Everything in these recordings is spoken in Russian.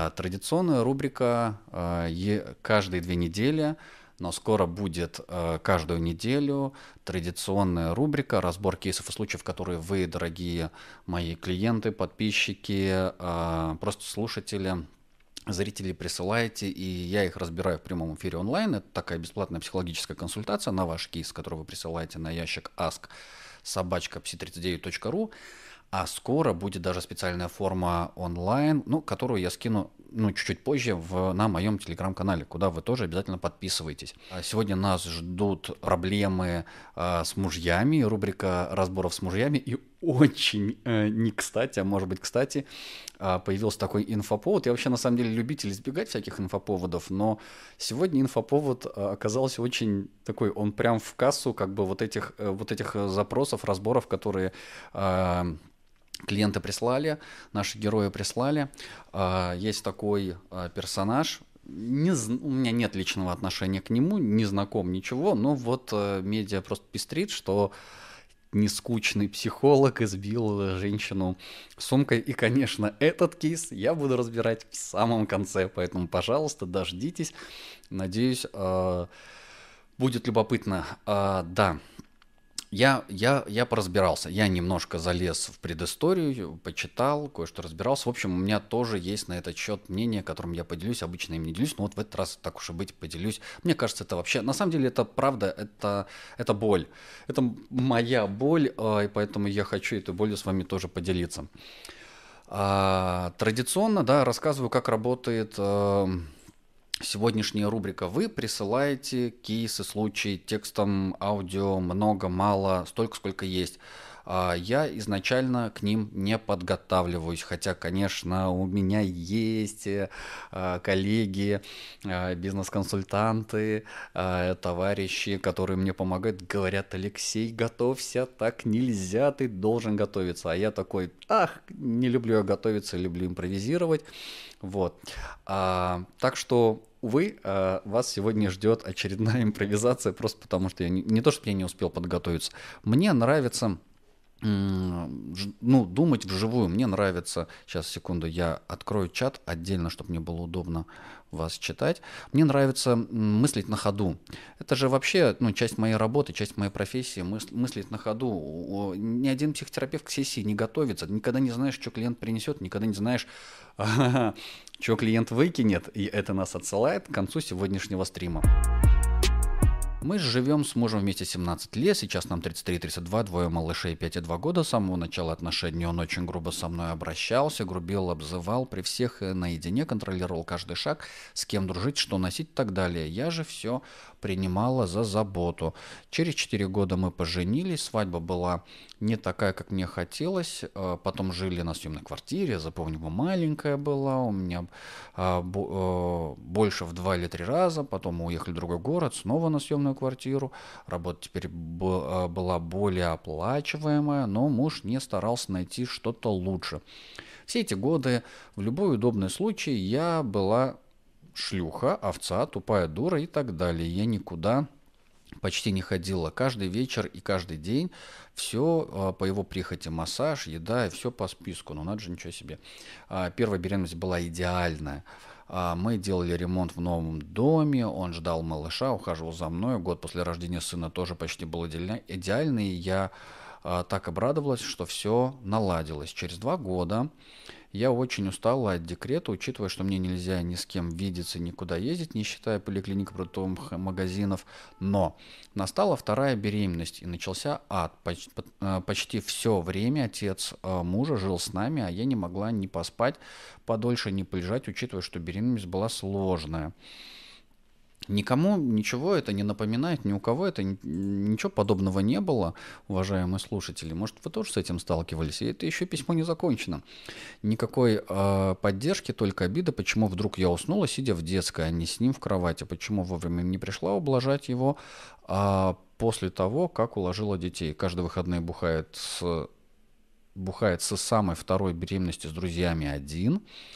Традиционная рубрика каждые 2 недели, но скоро будет каждую неделю традиционная рубрика «Разбор кейсов и случаев», которые вы, дорогие мои клиенты, подписчики, просто слушатели, зрители присылаете, и я их разбираю в прямом эфире онлайн. Это такая бесплатная психологическая консультация на ваш кейс, который вы присылаете на ящик ask@psi39.ru. А скоро будет даже специальная форма онлайн, которую я скину чуть-чуть позже на моем телеграм-канале, куда вы тоже обязательно подписывайтесь. Сегодня нас ждут проблемы с мужьями, рубрика разборов с мужьями, и очень не кстати, а может быть кстати, появился такой инфоповод. Я вообще на самом деле любитель избегать всяких инфоповодов, но сегодня инфоповод оказался очень такой, он прям в кассу как бы вот этих запросов, разборов, которые клиенты прислали, наши герои прислали. Есть такой персонаж. У меня нет личного отношения к нему, не знаком ничего, но вот медиа просто пестрит, что нескучный психолог избил женщину сумкой. И, конечно, этот кейс я буду разбирать в самом конце, поэтому, пожалуйста, дождитесь. Надеюсь, будет любопытно. Да. Я поразбирался, я немножко залез в предысторию, почитал, кое-что разбирался. В общем, у меня тоже есть на этот счет мнение, которым я поделюсь, обычно им не делюсь, но вот в этот раз, так уж и быть, поделюсь. Мне кажется, это вообще, на самом деле, это правда, это боль. Это моя боль, и поэтому я хочу этой болью с вами тоже поделиться. Традиционно, да, рассказываю, как работает сегодняшняя рубрика. Вы присылаете кейсы, случаи текстом, аудио, много, мало, столько, сколько есть. Я изначально к ним не подготавливаюсь, хотя, конечно, у меня есть коллеги, бизнес-консультанты, товарищи, которые мне помогают, говорят: Алексей, готовься, так нельзя, ты должен готовиться. А я такой: не люблю я готовиться, люблю импровизировать. Вот. Так что, увы, вас сегодня ждет очередная импровизация, просто потому что я не то, что я не успел подготовиться. Мне нравится думать вживую. Мне нравится, сейчас, секунду, я открою чат отдельно, чтобы мне было удобно вас читать. Мне нравится мыслить на ходу. Это же вообще часть моей работы, часть моей профессии, мыслить на ходу. Ни один психотерапевт к сессии не готовится. Никогда не знаешь, что клиент принесет, никогда не знаешь, что клиент выкинет. И это нас отсылает к концу сегодняшнего стрима. Мы живем с мужем вместе 17 лет, сейчас нам 33-32, двое малышей 5 и 2 года. С самого начала отношений он очень грубо со мной обращался, грубил, обзывал, при всех наедине контролировал каждый шаг, с кем дружить, что носить и так далее. Я же все принимала за заботу. Через 4 года мы поженились, свадьба была не такая, как мне хотелось. Потом жили на съемной квартире, запомню, маленькая была, у меня больше в 2 или 3 раза. Потом мы уехали в другой город, снова на съемную квартиру. Работа теперь была более оплачиваемая, но муж не старался найти что-то лучше. Все эти годы, в любой удобный случай, я была шлюха, овца, тупая дура и так далее. Я никуда почти не ходила. Каждый вечер и каждый день все по его прихоти. Массаж, еда и все по списку. Ну надо же, ничего себе. Первая беременность была идеальная. Мы делали ремонт в новом доме, он ждал малыша, ухаживал за мной. Год после рождения сына тоже почти был идеальный. И я так обрадовалась, что все наладилось. Через 2 года я очень устала от декрета, учитывая, что мне нельзя ни с кем видеться, никуда ездить, не считая поликлиник, продуктовых магазинов. Но настала 2-я беременность, и начался ад. Почти все время отец мужа жил с нами, а я не могла ни поспать подольше, ни полежать, учитывая, что беременность была сложная. Никому ничего это не напоминает, ни у кого это ничего подобного не было, уважаемые слушатели. Может, вы тоже с этим сталкивались? И это еще письмо не закончено. Никакой поддержки, только обида, почему вдруг я уснула, сидя в детской, а не с ним в кровати. Почему вовремя не пришла ублажать его после того, как уложила детей. Каждые выходные бухает со самой 2-й беременности с друзьями один.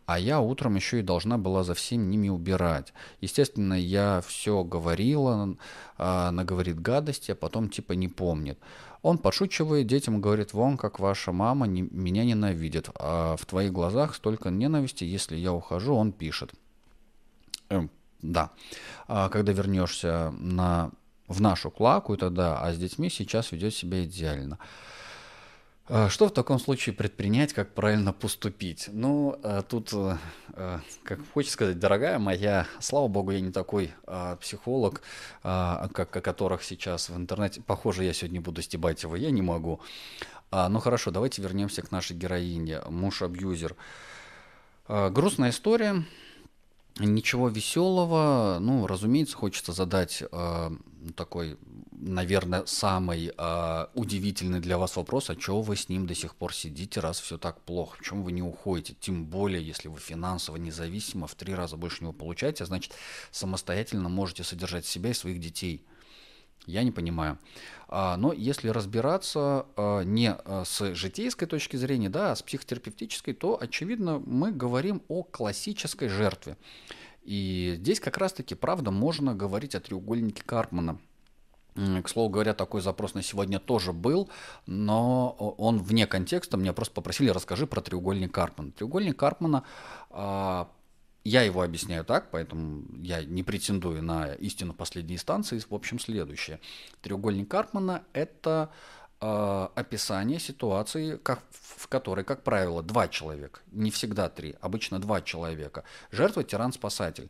а я утром еще и должна была за всеми ними убирать. Естественно, я все говорила, она говорит гадости, а потом типа не помнит. Он подшучивает, детям говорит, вон как ваша мама меня ненавидит, а в твоих глазах столько ненависти, если я ухожу, он пишет. Да. Когда вернешься в нашу клаку, тогда, а с детьми сейчас ведет себя идеально. Что в таком случае предпринять, как правильно поступить? Ну, тут, как хочется сказать, дорогая моя, слава богу, я не такой психолог, как о которых сейчас в интернете. Похоже, я сегодня буду стебать его, я не могу. Ну хорошо, давайте вернемся к нашей героине, муж-абьюзер. Грустная история. Ничего веселого. Ну, разумеется, хочется задать такой, наверное, самый удивительный для вас вопрос, а чего вы с ним до сих пор сидите, раз все так плохо? Почему вы не уходите? Тем более, если вы финансово независимо, в 3 раза больше него получаете, а значит, самостоятельно можете содержать себя и своих детей. Я не понимаю. Но если разбираться не с житейской точки зрения, да, а с психотерапевтической, то, очевидно, мы говорим о классической жертве. И здесь как раз-таки, правда, можно говорить о треугольнике Карпмана. К слову говоря, такой запрос на сегодня тоже был, но он вне контекста. Меня просто попросили, расскажи про треугольник Карпмана. Треугольник Карпмана, я его объясняю так, поэтому я не претендую на истину последней инстанции. В общем, следующее. Треугольник Карпмана – это описание ситуации, в которой, как правило, 2 человека, не всегда 3, обычно 2 человека. Жертва, тиран, спасатель.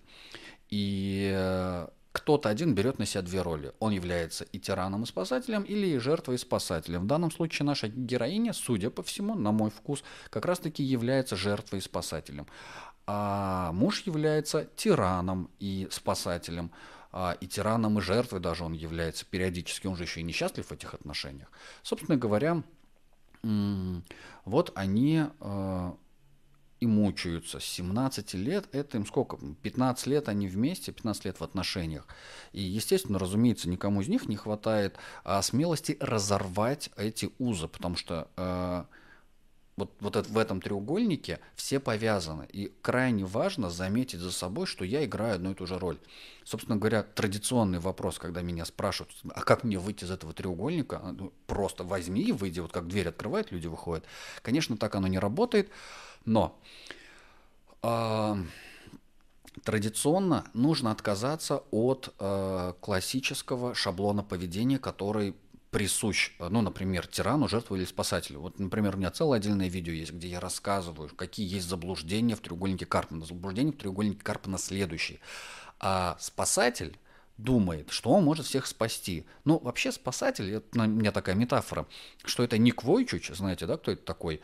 И кто-то один берет на себя 2 роли. Он является и тираном, и спасателем, или и жертвой, и спасателем. В данном случае наша героиня, судя по всему, на мой вкус, как раз-таки является жертвой и спасателем. А муж является тираном и спасателем. И тираном, и жертвой даже он является периодически. Он же еще и несчастлив в этих отношениях. Собственно говоря, вот они и мучаются. С 17 лет, это им сколько? 15 лет они вместе, 15 лет в отношениях. И, естественно, разумеется, никому из них не хватает смелости разорвать эти узы, потому что в этом треугольнике все повязаны. И крайне важно заметить за собой, что я играю одну и ту же роль. Собственно говоря, традиционный вопрос, когда меня спрашивают, а как мне выйти из этого треугольника? Ну, просто возьми и выйди, вот как дверь открывает, люди выходят. Конечно, так оно не работает, но традиционно нужно отказаться от классического шаблона поведения, который присущ, ну, например, тирану, жертву или спасателю. Вот, например, у меня целое отдельное видео есть, где я рассказываю, какие есть заблуждения в треугольнике Карпмана. Заблуждения в треугольнике Карпмана следующие. А спасатель думает, что он может всех спасти. Ну, вообще спасатель, это у меня такая метафора, что это Ник Войчич, знаете, да, кто это такой,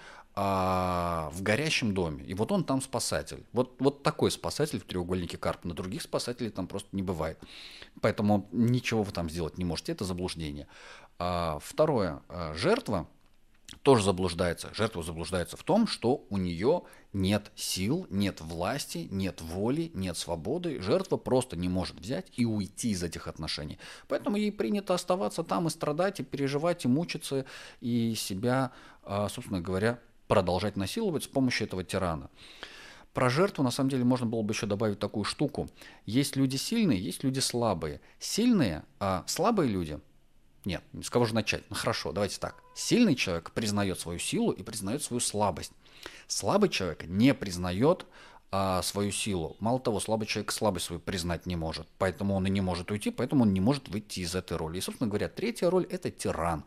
в горящем доме. И вот он там спасатель. Вот такой спасатель в треугольнике Карпмана. Других спасателей там просто не бывает. Поэтому ничего вы там сделать не можете. Это заблуждение. Второе. Жертва тоже заблуждается. Жертва заблуждается в том, что у нее нет сил, нет власти, нет воли, нет свободы. Жертва просто не может взять и уйти из этих отношений. Поэтому ей принято оставаться там и страдать, и переживать, и мучиться, и себя, собственно говоря, продолжать насиловать с помощью этого тирана. Про жертву, на самом деле, можно было бы еще добавить такую штуку. Есть люди сильные, есть люди слабые. Сильные, а слабые люди... Нет, с кого же начать? Ну хорошо, давайте так. Сильный человек признает свою силу и признает свою слабость. Слабый человек не признает свою силу. Мало того, слабый человек слабость свою признать не может. Поэтому он и не может уйти, поэтому он не может выйти из этой роли. И, собственно говоря, третья роль – это тиран.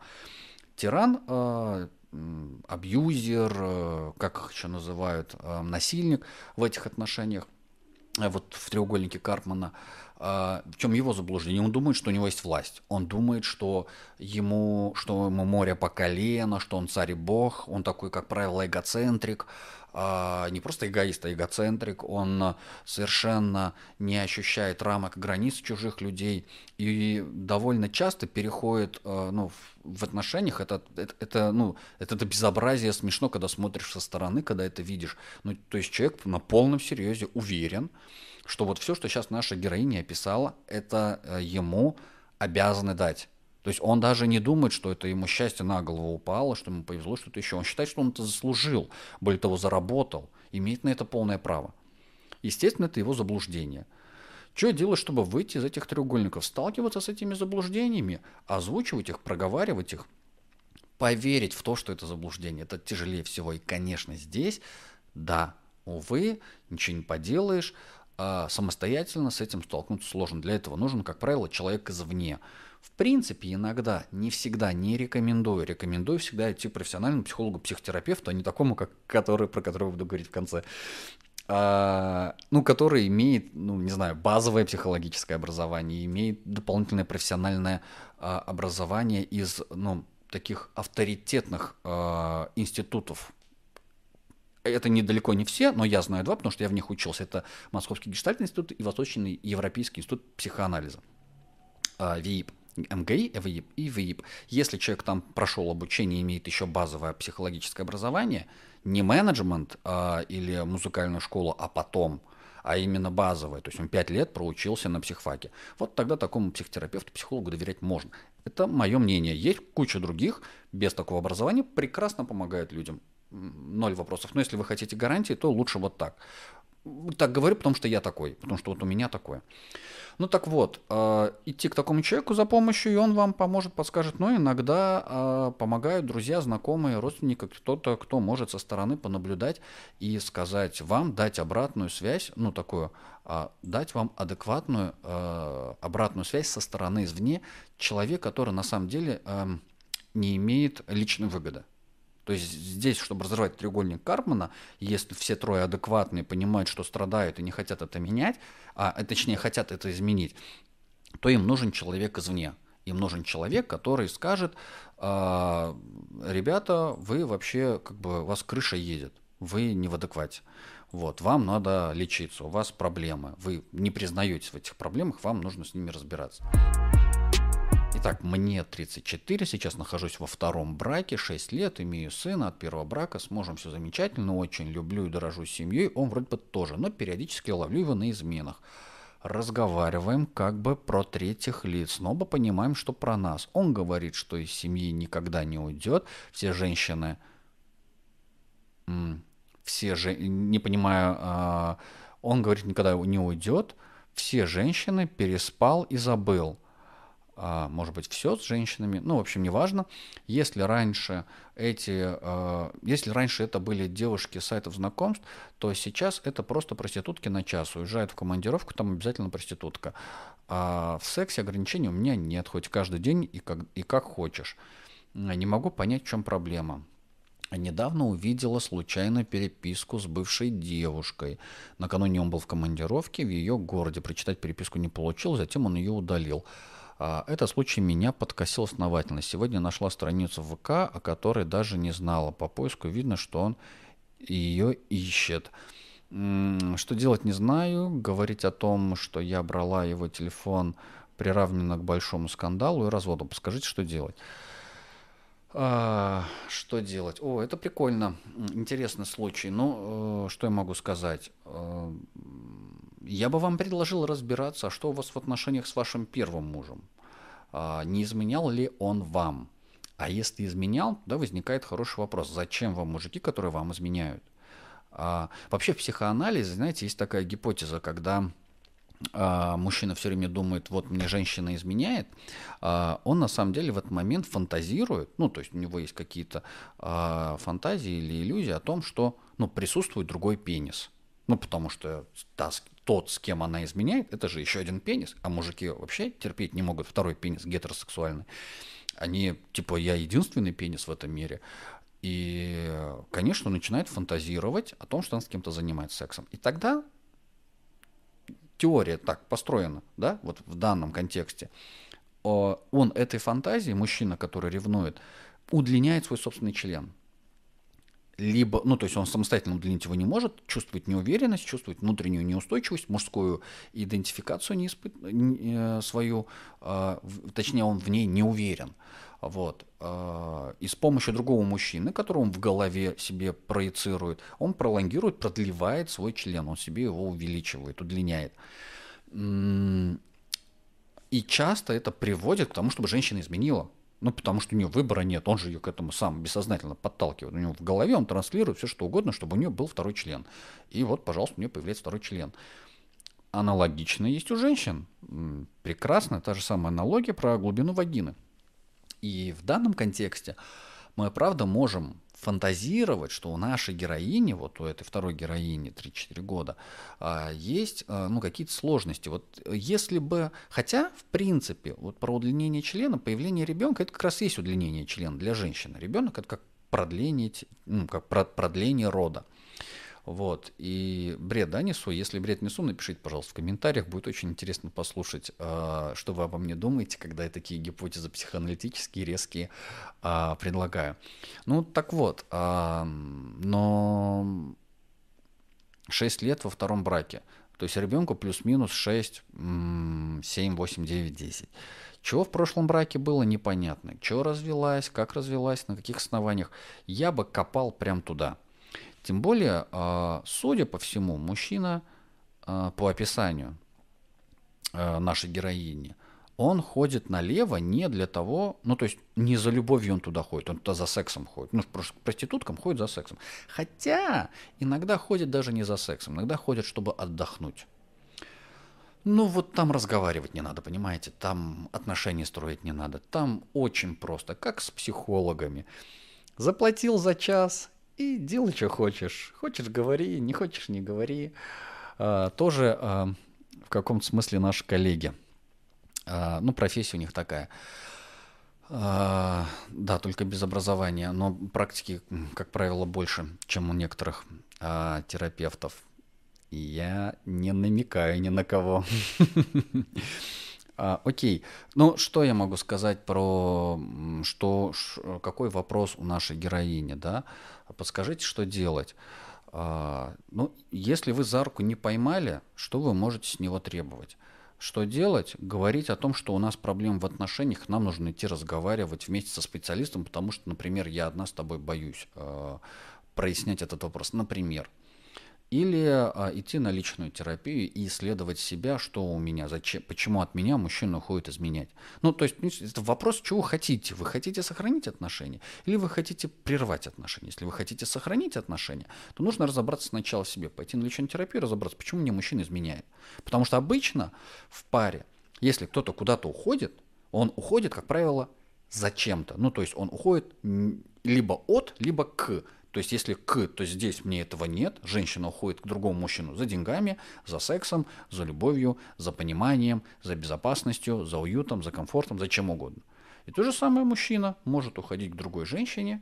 Тиран абьюзер, как их еще называют, насильник в этих отношениях, вот в треугольнике Карпмана. В чем его заблуждение? Он думает, что у него есть власть. Он думает, что ему море по колено, что он царь и бог. Он такой, как правило, эгоцентрик. Не просто эгоист, а эгоцентрик. Он совершенно не ощущает рамок границ чужих людей. И довольно часто переходит в отношениях. Это безобразие смешно, когда смотришь со стороны, когда это видишь. Ну, то есть человек на полном серьезе уверен, что вот все, что сейчас наша героиня описала, это ему обязаны дать. То есть он даже не думает, что это ему счастье на голову упало, что ему повезло, что-то еще. Он считает, что он это заслужил, более того, заработал, имеет на это полное право. Естественно, это его заблуждение. Что делать, чтобы выйти из этих треугольников? Сталкиваться с этими заблуждениями, озвучивать их, проговаривать их, поверить в то, что это заблуждение. Это тяжелее всего. И, конечно, здесь, да, увы, ничего не поделаешь, самостоятельно с этим столкнуться сложно. Для этого нужен, как правило, человек извне. В принципе, иногда, не всегда, не рекомендую. Рекомендую всегда идти к профессиональному психологу, психотерапевту, а не такому, про которого буду говорить в конце. Который имеет, не знаю, базовое психологическое образование, имеет дополнительное профессиональное образование из, таких авторитетных институтов. Это недалеко не все, но я знаю два, потому что я в них учился. Это Московский гештальтный институт и Восточный Европейский институт психоанализа. ВИИП. МГИ, ВИИП и ВИИП. Если человек там прошел обучение, имеет еще базовое психологическое образование, не менеджмент или музыкальную школу, а потом, а именно базовое, то есть он 5 лет проучился на психфаке, вот тогда такому психотерапевту, психологу доверять можно. Это мое мнение. Есть куча других, без такого образования, прекрасно помогают людям. 0 вопросов. Но если вы хотите гарантии, то лучше вот так. Так говорю, потому что я такой, потому что вот у меня такое. Так вот, идти к такому человеку за помощью, и он вам поможет, подскажет. Но иногда помогают друзья, знакомые, родственники, кто-то, кто может со стороны понаблюдать и сказать вам, дать обратную связь, дать вам адекватную обратную связь со стороны извне, человек, который на самом деле не имеет личной выгоды. То есть здесь, чтобы разорвать треугольник Карпмана, если все трое адекватные, понимают, что страдают и не хотят это менять, точнее хотят это изменить, то им нужен человек извне. Им нужен человек, который скажет: ребята, вы вообще, у вас крыша едет, вы не в адеквате. Вот, вам надо лечиться, у вас проблемы, вы не признаетесь в этих проблемах, вам нужно с ними разбираться. Итак, мне 34, сейчас нахожусь во втором браке, 6 лет, имею сына от первого брака, с мужем все замечательно, очень люблю и дорожу семьей, он вроде бы тоже, но периодически ловлю его на изменах. Разговариваем про третьих лиц, но оба понимаем, что про нас. Он говорит, что из семьи никогда не уйдет, все женщины, не понимаю, он говорит, никогда не уйдет, все женщины переспал и забыл. Может быть, все с женщинами, в общем, неважно. Если раньше это были девушки с сайтов знакомств, то сейчас это просто проститутки на час. Уезжают в командировку, там обязательно проститутка. А в сексе ограничений у меня нет, хоть каждый день и как хочешь. Не могу понять, в чем проблема. Недавно увидела случайно переписку с бывшей девушкой. Накануне он был в командировке в ее городе. Прочитать переписку не получил, затем он ее удалил. Этот случай меня подкосил основательно. Сегодня нашла страницу в ВК, о которой даже не знала. По поиску видно, что он ее ищет. Что делать, не знаю. Говорить о том, что я брала его телефон, приравнено к большому скандалу и разводу. Подскажите, что делать? Что делать? Это прикольно. Интересный случай. Что я могу сказать? Я бы вам предложил разбираться, что у вас в отношениях с вашим первым мужем. Не изменял ли он вам? А если изменял, да, возникает хороший вопрос. Зачем вам мужики, которые вам изменяют? Вообще в психоанализе, знаете, есть такая гипотеза, когда мужчина все время думает, вот мне женщина изменяет, он на самом деле в этот момент фантазирует, то есть у него есть какие-то фантазии или иллюзии о том, что присутствует другой пенис. Потому что тот, с кем она изменяет, это же еще один пенис, а мужики вообще терпеть не могут второй пенис гетеросексуальный. Они, я единственный пенис в этом мире. И, конечно, начинает фантазировать о том, что он с кем-то занимается сексом. И тогда теория так построена, да, вот в данном контексте. Он этой фантазии, мужчина, который ревнует, удлиняет свой собственный член. Либо, то есть он самостоятельно удлинить его не может, чувствует неуверенность, чувствует внутреннюю неустойчивость, мужскую идентификацию свою, точнее, он в ней не уверен. Вот. И с помощью другого мужчины, которого он в голове себе проецирует, он пролонгирует, продлевает свой член, он себе его увеличивает, удлиняет. И часто это приводит к тому, чтобы женщина изменила. Ну, потому что у нее выбора нет, он же ее к этому сам бессознательно подталкивает. У него в голове он транслирует все, что угодно, чтобы у нее был второй член. И вот, пожалуйста, у нее появляется второй член. Аналогично есть у женщин. Прекрасно, та же самая аналогия про глубину вагины. И в данном контексте мы, правда, можем фантазировать, что у нашей героини, вот у этой второй героини 3-4 года, есть ну, какие-то сложности. Вот если бы, хотя, в принципе, вот про удлинение члена, появление ребенка, это как раз есть удлинение члена для женщины. Ребенок это как продление, ну, как продление рода. Вот, и бред, да, несу? Если бред несу, напишите, пожалуйста, в комментариях. Будет очень интересно послушать, что вы обо мне думаете, когда я такие гипотезы психоаналитические, резкие предлагаю. Ну, так вот, но 6 лет во втором браке. То есть ребенку плюс-минус 6, 7, 8, 9, 10. Чего в прошлом браке было, непонятно. Чего развелась, как развелась, на каких основаниях. Я бы копал прям туда. Тем более, судя по всему, мужчина по описанию нашей героини, он ходит налево не для того, ну то есть не за любовью он туда ходит, он туда за сексом ходит. Ну, к проституткам ходит за сексом. Хотя иногда ходит даже не за сексом, иногда ходит, чтобы отдохнуть. Ну вот там разговаривать не надо, понимаете, там отношения строить не надо, там очень просто, как с психологами. Заплатил за час и делай, что хочешь. Хочешь — говори, не хочешь — не говори. Тоже в каком-то смысле наши коллеги. Ну, профессия у них такая. Да, только без образования, но практики, как правило, больше, чем у некоторых терапевтов. И я не намекаю ни на кого. Окей. Ну, что я могу сказать про какой вопрос у нашей героини, да? Подскажите, что делать. Ну, если вы за руку не поймали, что вы можете с него требовать? Что делать? Говорить о том, что у нас проблемы в отношениях, нам нужно идти разговаривать вместе со специалистом, потому что, например, я одна с тобой боюсь прояснять этот вопрос. Например. Или идти на личную терапию и исследовать себя, что у меня, зачем, почему от меня мужчина уходит изменять. Ну, то есть, это вопрос, чего вы хотите. Вы хотите сохранить отношения или вы хотите прервать отношения? Если вы хотите сохранить отношения, то нужно разобраться сначала в себе, пойти на личную терапию и разобраться, почему мне мужчина изменяет. Потому что обычно в паре, если кто-то куда-то уходит, он уходит, как правило, зачем-то. Ну, то есть он уходит либо от, либо к. То есть если к, то здесь мне этого нет. Женщина уходит к другому мужчину за деньгами, за сексом, за любовью, за пониманием, за безопасностью, за уютом, за комфортом, за чем угодно. И то же самое мужчина может уходить к другой женщине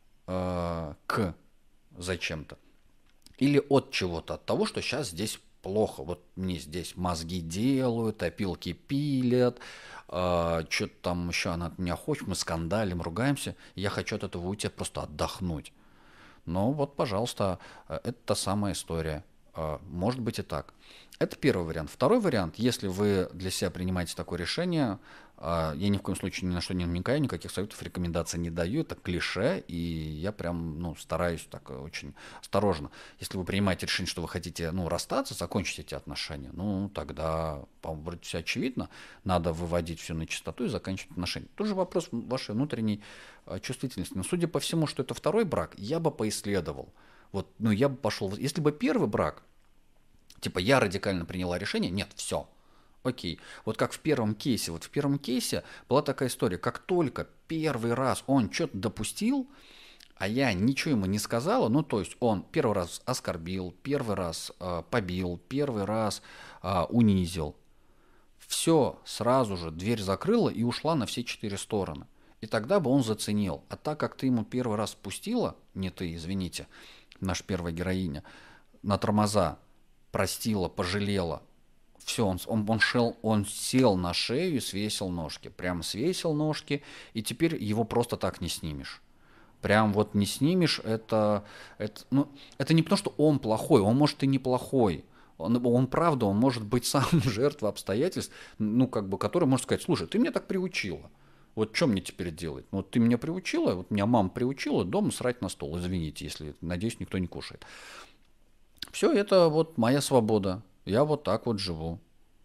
к зачем-то. Или от чего-то, от того, что сейчас здесь плохо. Вот мне здесь мозги делают, опилки пилят, что-то там еще она от меня хочет, мы скандалим, ругаемся. И я хочу от этого уйти, просто отдохнуть. Ну вот, пожалуйста, это та самая история. Может быть и так. Это первый вариант. Второй вариант, если вы для себя принимаете такое решение, я ни в коем случае ни на что не намекаю, никаких советов, рекомендаций не даю, это клише, и я прям стараюсь так очень осторожно. Если вы принимаете решение, что вы хотите расстаться, закончить эти отношения, тогда, по-моему, вроде все очевидно, надо выводить все на чистоту и заканчивать отношения. Тоже вопрос вашей внутренней чувствительности. Но судя по всему, что это второй брак, я бы поисследовал. Вот, я бы пошел, если бы первый брак, типа я радикально приняла решение, нет, все, окей. Вот как в первом кейсе. Вот в первом кейсе была такая история, как только первый раз он что-то допустил, а я ничего ему не сказала, то есть он первый раз оскорбил, первый раз побил, первый раз унизил, все, сразу же дверь закрыла и ушла на все 4 стороны. И тогда бы он заценил. А так как ты ему первый раз спустила, не ты, извините, наша первая героиня, на тормоза, простила, пожалела, все, он сел на шею и свесил ножки. Прям свесил ножки, и теперь его просто так не снимешь. Прям вот не снимешь, это не потому, что он плохой, он может и неплохой. Он правда, он может быть сам жертвой обстоятельств, который может сказать: слушай, ты меня так приучила. Вот что мне теперь делать? Вот ты меня приучила, вот меня мама приучила дома срать на стол. Извините, если, надеюсь, никто не кушает. Все это вот моя свобода. Я вот так вот живу.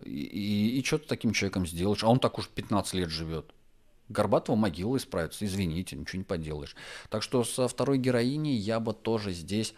И что ты таким человеком сделаешь? А он так уж 15 лет живет. Горбатого могила исправится, извините, ничего не поделаешь. Так что со второй героиней я бы тоже здесь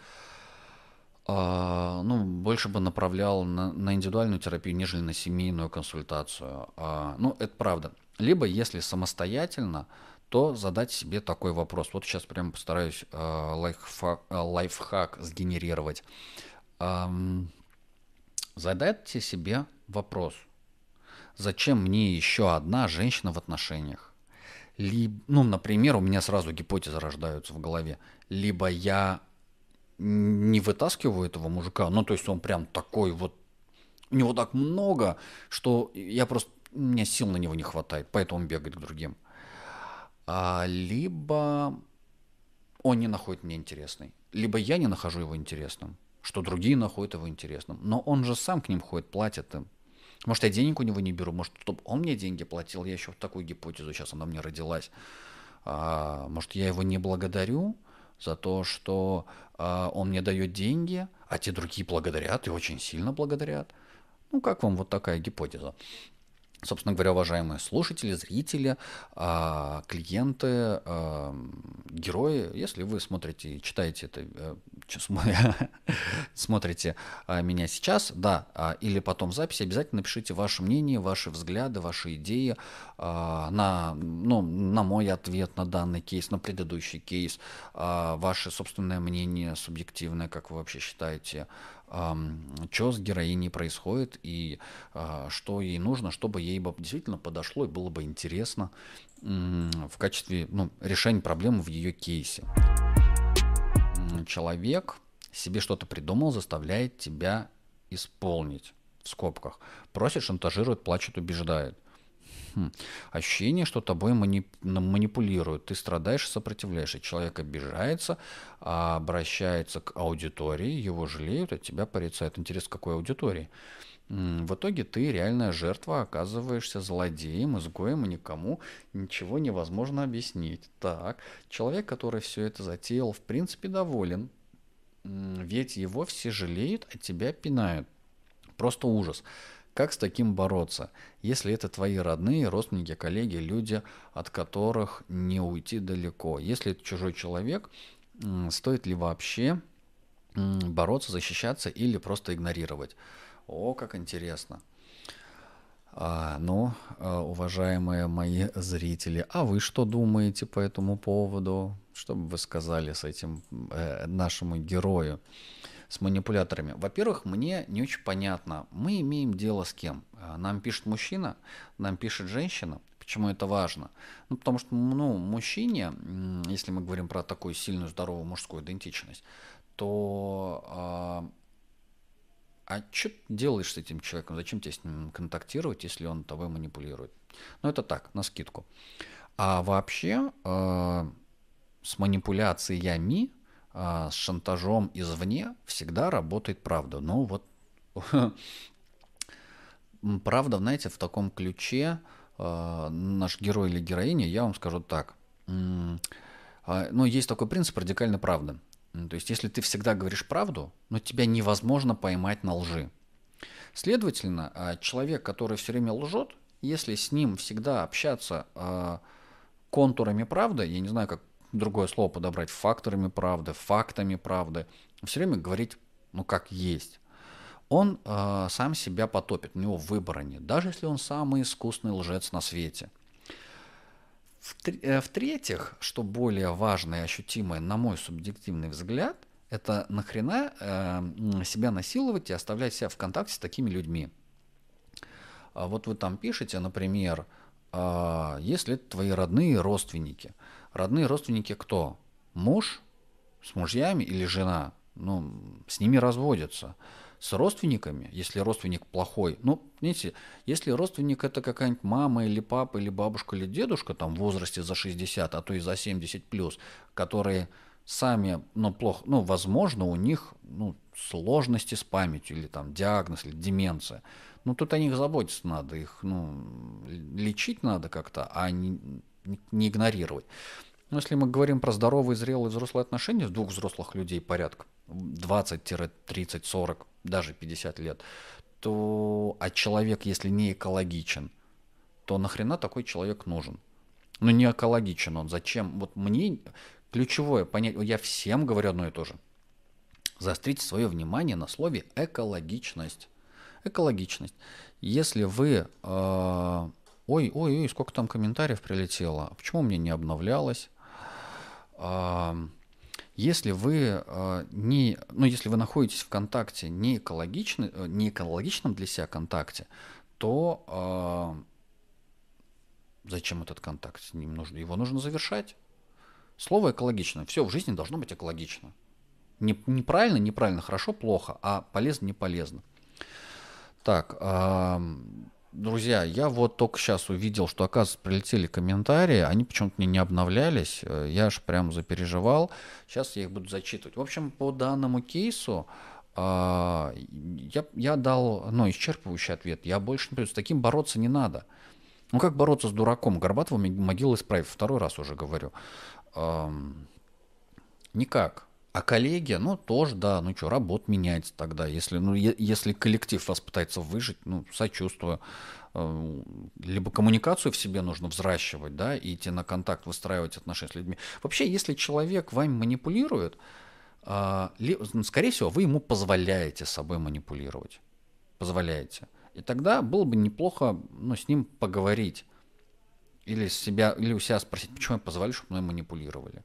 ну, больше бы направлял на индивидуальную терапию, нежели на семейную консультацию. Ну, это правда. Либо, если самостоятельно, то задать себе такой вопрос. Вот сейчас прямо постараюсь лайфхак сгенерировать. Ам, Задайте себе вопрос. Зачем мне еще одна женщина в отношениях? Ну, например, у меня сразу гипотезы рождаются в голове. Либо я не вытаскиваю этого мужика, ну, то есть он прям такой вот, у него так много, что я просто, у меня сил на него не хватает, поэтому он бегает к другим. Либо он не находит меня интересной, либо я не нахожу его интересным, что другие находят его интересным. Но он же сам к ним ходит, платит им. Может, я денег у него не беру, может, чтобы он мне деньги платил. Я еще в такую гипотезу, сейчас она мне родилась. Может, я его не благодарю за то, что он мне дает деньги, а те другие благодарят и очень сильно благодарят. Ну, как вам вот такая гипотеза? Собственно говоря, уважаемые слушатели, зрители, клиенты, герои, если вы смотрите и читаете это, смотрите меня сейчас, да, или потом в записи, обязательно напишите ваше мнение, ваши взгляды, ваши идеи ну, на мой ответ на данный кейс, на предыдущий кейс, ваше собственное мнение субъективное, как вы вообще считаете, что с героиней происходит и что ей нужно, чтобы ей бы действительно подошло и было бы интересно в качестве решения проблемы в ее кейсе. Человек себе что-то придумал, заставляет тебя исполнить, в скобках. Просит, шантажирует, плачет, убеждает. Ощущение, что тобой манипулируют. Ты страдаешь и сопротивляешься. Человек обижается, обращается к аудитории, его жалеют, от тебя порицают. Интересно, какой аудитории? В итоге ты реальная жертва, оказываешься злодеем, изгоем, и никому ничего невозможно объяснить. Так, человек, который все это затеял, в принципе доволен, ведь его все жалеют, а тебя пинают. Просто ужас. Как с таким бороться, если это твои родные, родственники, коллеги, люди, от которых не уйти далеко? Если это чужой человек, стоит ли вообще бороться, защищаться или просто игнорировать? О, как интересно. Уважаемые мои зрители, а вы что думаете по этому поводу? Что бы вы сказали с этим нашему герою? С манипуляторами. Во-первых, мне не очень понятно, мы имеем дело с кем? Нам пишет мужчина, нам пишет женщина. Почему это важно? Ну, потому что, мужчине, если мы говорим про такую сильную, здоровую мужскую идентичность, то что ты делаешь с этим человеком? Зачем тебе с ним контактировать, если он тобой манипулирует? Ну, это так, навскидку. А вообще, с манипуляциями, с шантажом извне всегда работает правда. Ну вот правда, знаете, в таком ключе наш герой или героиня, я вам скажу так. Есть такой принцип радикальной правды. То есть, если ты всегда говоришь правду, тебя невозможно поймать на лжи. Следовательно, человек, который все время лжет, если с ним всегда общаться контурами правды, я не знаю, как другое слово подобрать, факторами правды, фактами правды, все время говорить, как есть. Он сам себя потопит, у него выбора нет, даже если он самый искусный лжец на свете. В-третьих, что более важное и ощутимое, на мой субъективный взгляд, это нахрена себя насиловать и оставлять себя в контакте с такими людьми. Вот вы там пишете, например, если это твои родные родственники. Родные родственники кто? Муж с мужьями или жена? С ними разводятся. С родственниками, если родственник плохой, знаете, если родственник это какая-нибудь мама или папа, или бабушка, или дедушка, там в возрасте за 60, а то и за 70 плюс, которые сами, плохо, возможно, у них, сложности с памятью, или там диагноз, или деменция. Тут о них заботиться надо, их, лечить надо как-то, а не игнорировать. Но если мы говорим про здоровые, зрелые, взрослые отношения с двух взрослых людей порядка 20-30-40, даже 50 лет, а человек, если не экологичен, то нахрена такой человек нужен? Ну, не экологичен он. Зачем? Вот мне ключевое понять, я всем говорю одно и то же. Заострите свое внимание на слове экологичность. Экологичность. Если вы... ой, сколько там комментариев прилетело. А почему мне не обновлялось? Если вы если вы находитесь в контакте не экологичном для себя контакте, то зачем этот контакт с ним нужен? Его нужно завершать. Слово экологично. Все в жизни должно быть экологично. Неправильно, неправильно, хорошо, плохо, а полезно, не полезно. Так, друзья, я вот только сейчас увидел, что, оказывается, прилетели комментарии, они почему-то мне не обновлялись, я аж прям запереживал. Сейчас я их буду зачитывать. В общем, по данному кейсу я дал исчерпывающий ответ. Я больше не приду. С таким бороться не надо. Ну как бороться с дураком? Горбатова могила исправить. Второй раз уже говорю. Никак. А коллеги, тоже, да, работа меняется тогда. Если коллектив вас пытается выжить, сочувствую. Либо коммуникацию в себе нужно взращивать, да, и идти на контакт, выстраивать отношения с людьми. Вообще, если человек вами манипулирует, скорее всего, вы ему позволяете собой манипулировать. Позволяете. И тогда было бы неплохо, с ним поговорить. Или у себя спросить, почему я позволяю, чтобы мной манипулировали.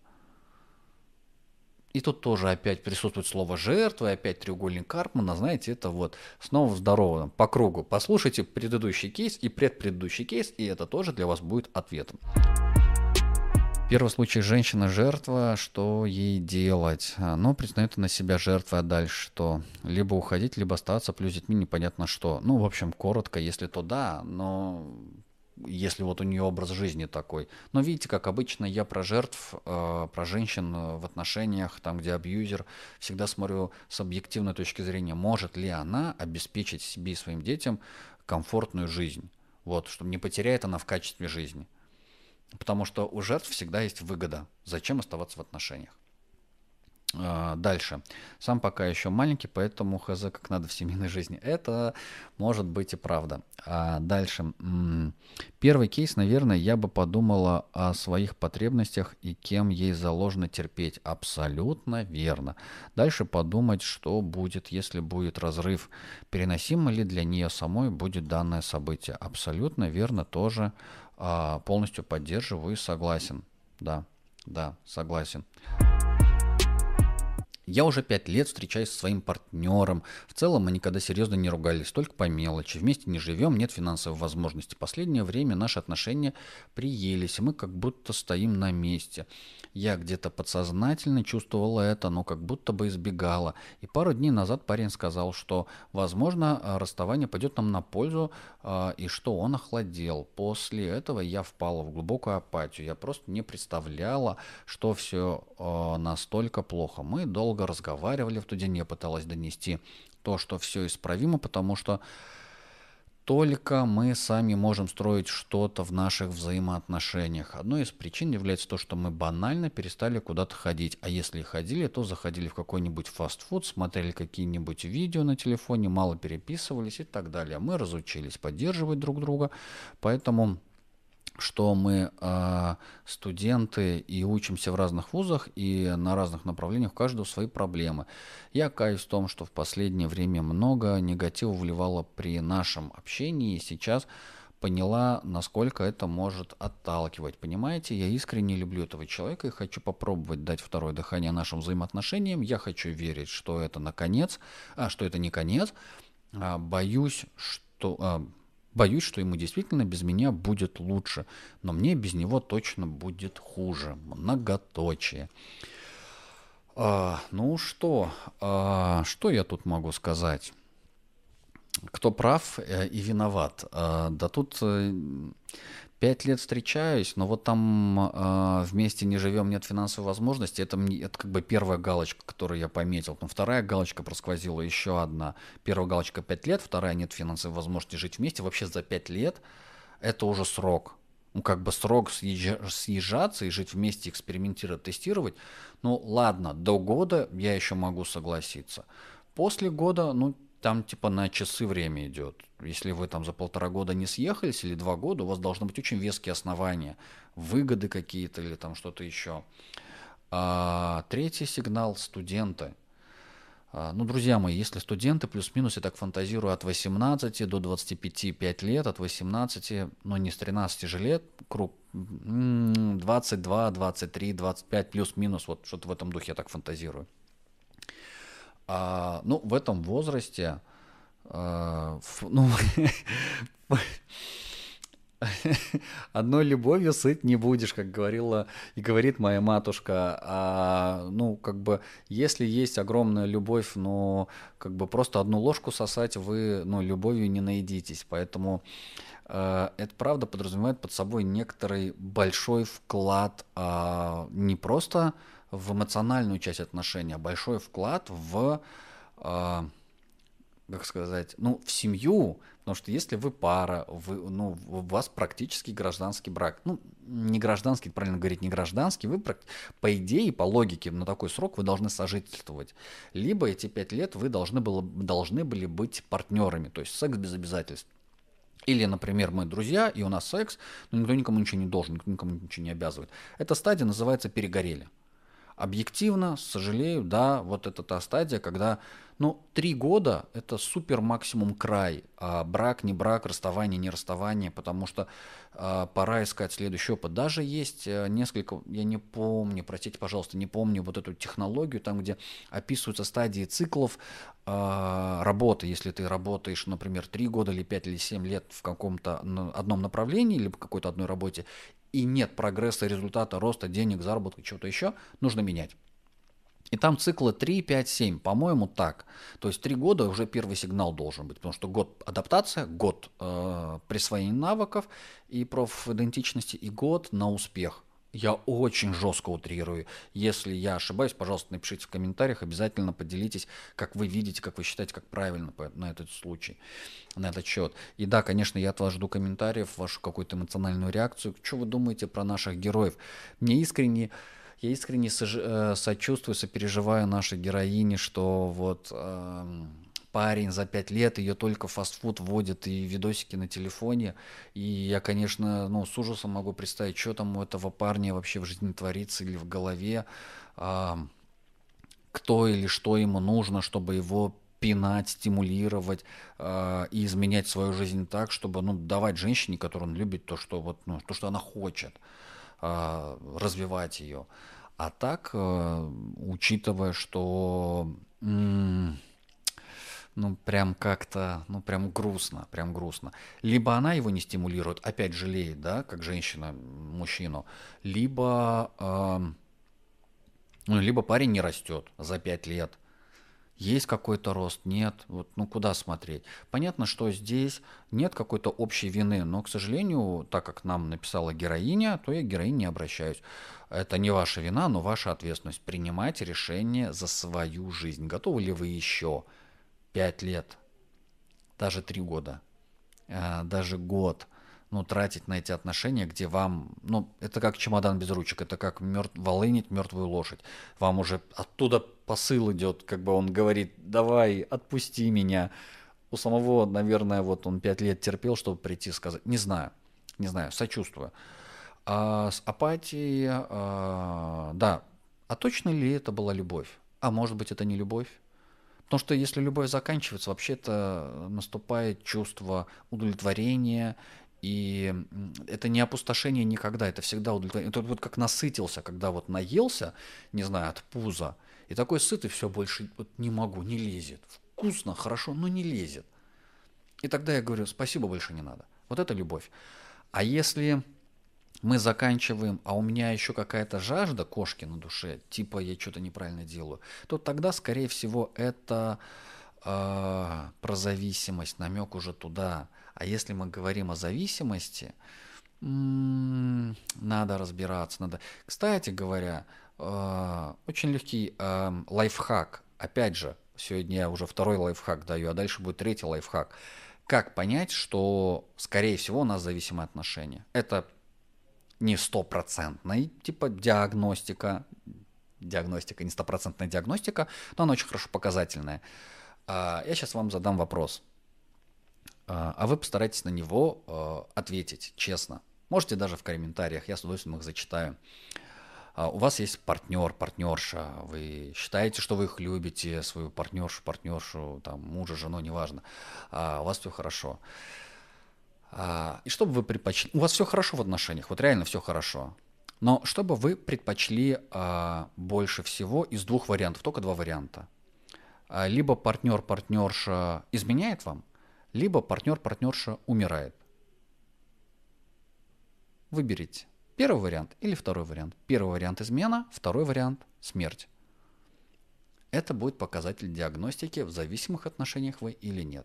И тут тоже опять присутствует слово «жертва», и опять треугольник Карпмана, знаете, это вот снова здорово, по кругу. Послушайте предыдущий кейс и предпредыдущий кейс, и это тоже для вас будет ответом. Первый случай: женщина-жертва, что ей делать? Признает она себя жертвой, а дальше что? Либо уходить, либо остаться, плюс с детьми непонятно что. В общем, коротко, если то да, но если вот у нее образ жизни такой. Но видите, как обычно, я про жертв, про женщин в отношениях, там, где абьюзер, всегда смотрю с объективной точки зрения, может ли она обеспечить себе и своим детям комфортную жизнь, вот, чтобы не потеряет она в качестве жизни. Потому что у жертв всегда есть выгода. Зачем оставаться в отношениях? Дальше. Сам пока еще маленький, поэтому хз, как надо в семейной жизни. Это может быть и правда. Дальше. Первый кейс, наверное, я бы подумала о своих потребностях и кем ей заложено терпеть. Абсолютно верно. Дальше подумать, что будет, если будет разрыв. Переносимо ли для нее самой будет данное событие. Абсолютно верно, тоже полностью поддерживаю и согласен. Да, согласен. Я уже 5 лет встречаюсь со своим партнером. В целом мы никогда серьезно не ругались, только по мелочи. Вместе не живем, нет финансовой возможности. Последнее время наши отношения приелись, и мы как будто стоим на месте. Я где-то подсознательно чувствовала это, но как будто бы избегала. И пару дней назад парень сказал, что, возможно, расставание пойдет нам на пользу, и что он охладел. После этого я впала в глубокую апатию. Я просто не представляла, что все настолько плохо. Мы долго разговаривали в тот день, я пыталась донести то, что все исправимо, потому что только мы сами можем строить что-то в наших взаимоотношениях. Одной из причин является то, что мы банально перестали куда-то ходить. А если и ходили, то заходили в какой-нибудь фастфуд, смотрели какие-нибудь видео на телефоне, мало переписывались и так далее. Мы разучились поддерживать друг друга, поэтому... что мы студенты и учимся в разных вузах и на разных направлениях, у каждого свои проблемы. Я каюсь в том, что в последнее время много негатива вливало при нашем общении, и сейчас поняла, насколько это может отталкивать. Понимаете, я искренне люблю этого человека и хочу попробовать дать второе дыхание нашим взаимоотношениям. Я хочу верить, что это что это не конец. Боюсь, что ему действительно без меня будет лучше, но мне без него точно будет хуже. Многоточие. Что я тут могу сказать? Кто прав и виноват? Да тут 5 лет встречаюсь, но вот там вместе не живем, нет финансовой возможности. Это как бы первая галочка, которую я пометил. Но вторая галочка просквозила еще одна. Первая галочка 5 лет, вторая нет финансовой возможности жить вместе. Вообще за 5 лет это уже срок. Срок съезжаться и жить вместе, экспериментировать, тестировать. Ладно, до года я еще могу согласиться. После года, Там типа на часы время идет. Если вы там за 1,5 года не съехались или 2 года, у вас должны быть очень веские основания, выгоды какие-то или там что-то еще. А третий сигнал — студенты. Ну, друзья мои, если студенты, плюс-минус, я так фантазирую, от 18 до 25 5 лет, от 18, ну не с 13 же лет, круг 22, 23, 25, плюс-минус, вот что-то в этом духе я так фантазирую. Ну, в этом возрасте, ну, одной любовью сыт не будешь, как говорила и говорит моя матушка. Ну, как бы, если есть огромная любовь, но как бы просто одну ложку сосать вы, ну, любовью не наедитесь. Поэтому это правда подразумевает под собой некоторый большой вклад не просто в эмоциональную часть отношений, а большой вклад в как сказать, ну, в семью, потому что если вы пара, ну, у вас практически гражданский брак, ну, не гражданский, правильно говорить, не гражданский, вы, по идее, по логике, на такой срок вы должны сожительствовать. Либо эти 5 лет вы должны были быть партнерами, то есть секс без обязательств. Или, например, мы друзья, и у нас секс, но никто никому ничего не должен, никто никому ничего не обязывает. Эта стадия называется перегорели. Объективно, сожалею, да, вот это та стадия, когда, ну, 3 года — это супер максимум край. Брак, не брак, расставание, не расставание, потому что пора искать следующий опыт. Даже есть несколько, я не помню, простите, пожалуйста, не помню вот эту технологию, там, где описываются стадии циклов работы. Если ты работаешь, например, 3 года или 5 или 7 лет в каком-то одном направлении, либо в какой-то одной работе, и нет прогресса, результата, роста, денег, заработка, чего-то еще, нужно менять. И там циклы 3, 5, 7, по-моему, так. То есть 3 года уже первый сигнал должен быть, потому что год адаптация, год присвоения навыков и профидентичности, и год на успех. Я очень жестко утрирую. Если я ошибаюсь, пожалуйста, напишите в комментариях, обязательно поделитесь, как вы видите, как вы считаете, как правильно на этот случай, на этот счет. И да, конечно, я от вас жду комментариев, вашу какую-то эмоциональную реакцию. Что вы думаете про наших героев? Я искренне сочувствую, сопереживаю нашей героине, что вот парень за 5 лет ее только в фастфуд вводит и видосики на телефоне. И я, конечно, ну, с ужасом могу представить, что там у этого парня вообще в жизни творится или в голове, кто или что ему нужно, чтобы его пинать, стимулировать и изменять свою жизнь так, чтобы, ну, давать женщине, которую он любит, то, что вот, ну, то, что она хочет, развивать ее. А так, учитывая, что ну, прям как-то, ну, прям грустно, прям грустно. Либо она его не стимулирует, опять жалеет, да, как женщина мужчину, либо, ну, либо парень не растет за 5 лет. Есть какой-то рост, нет, вот, ну куда смотреть? Понятно, что здесь нет какой-то общей вины, но, к сожалению, так как нам написала героиня, то я к героине не обращаюсь. Это не ваша вина, но ваша ответственность принимать решение за свою жизнь. Готовы ли вы еще 5 лет, даже 3 года, даже год, ну, тратить на эти отношения, где вам, ну, это как чемодан без ручек, это как волынить мертвую лошадь. Вам уже оттуда посыл идет, как бы он говорит, давай, отпусти меня. У самого, наверное, вот он 5 лет терпел, чтобы прийти и сказать, не знаю, не знаю, сочувствую. А с апатией, да, а точно ли это была любовь? А может быть, это не любовь? Потому что если любовь заканчивается, вообще-то наступает чувство удовлетворения, и это не опустошение никогда, это всегда удовлетворение. Это вот как насытился, когда вот наелся, не знаю, от пуза, и такой сытый, все больше вот не могу, не лезет. Вкусно, хорошо, но не лезет. И тогда я говорю, спасибо, больше не надо. Вот это любовь. А если мы заканчиваем, а у меня еще какая-то жажда кошки на душе, типа я что-то неправильно делаю, то тогда, скорее всего, это про зависимость, намек уже туда. А если мы говорим о зависимости, надо разбираться. Надо. Кстати говоря, очень легкий лайфхак. Опять же, сегодня я уже второй лайфхак даю, а дальше будет третий лайфхак. Как понять, что, скорее всего, у нас зависимые отношения? Это не стопроцентная, типа диагностика, не стопроцентная диагностика, но она очень хорошо показательная. Я сейчас вам задам вопрос, а вы постарайтесь на него ответить честно. Можете даже в комментариях, я с удовольствием их зачитаю. У вас есть партнер, партнерша, вы считаете, что вы их любите, свою партнершу, партнершу, там, мужа, жену, неважно, у вас все хорошо. И что бы вы предпочли? У вас все хорошо в отношениях, вот реально все хорошо. Но что бы вы предпочли больше всего из двух вариантов, только два варианта. Либо партнер, партнерша изменяет вам, либо партнер, партнерша умирает. Выберите. Первый вариант или второй вариант. Первый вариант измена, второй вариант смерть. Это будет показатель диагностики, в зависимых отношениях вы или нет.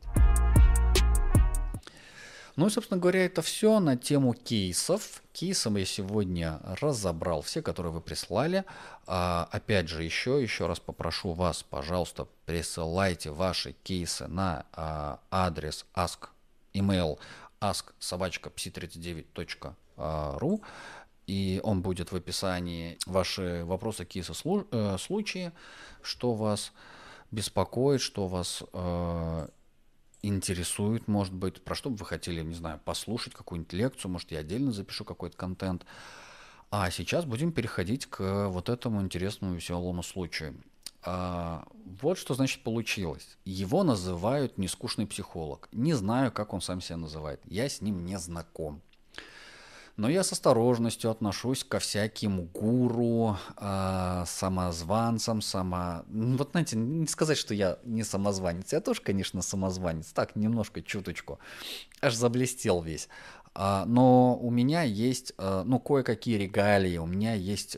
Ну и, собственно говоря, это все на тему кейсов. Кейсом я сегодня разобрал все, которые вы прислали. Опять же, еще раз попрошу вас, пожалуйста, присылайте ваши кейсы на адрес email ask@psi39.ru. И он будет в описании. Ваши вопросы, кейсы, случаи, что вас беспокоит, что вас интересует, может быть, про что бы вы хотели, не знаю, послушать какую-нибудь лекцию, может, я отдельно запишу какой-то контент. А сейчас будем переходить к вот этому интересному веселому случаю. Вот что, значит, получилось. Его называют нескучный психолог. Не знаю, как он сам себя называет. Я с ним не знаком. Но я с осторожностью отношусь ко всяким гуру, самозванцам, Вот знаете, не сказать, что я не самозванец. Я тоже, конечно, самозванец. Так, немножко, чуточку. Аж заблестел весь. Но у меня есть, кое-какие регалии. У меня есть...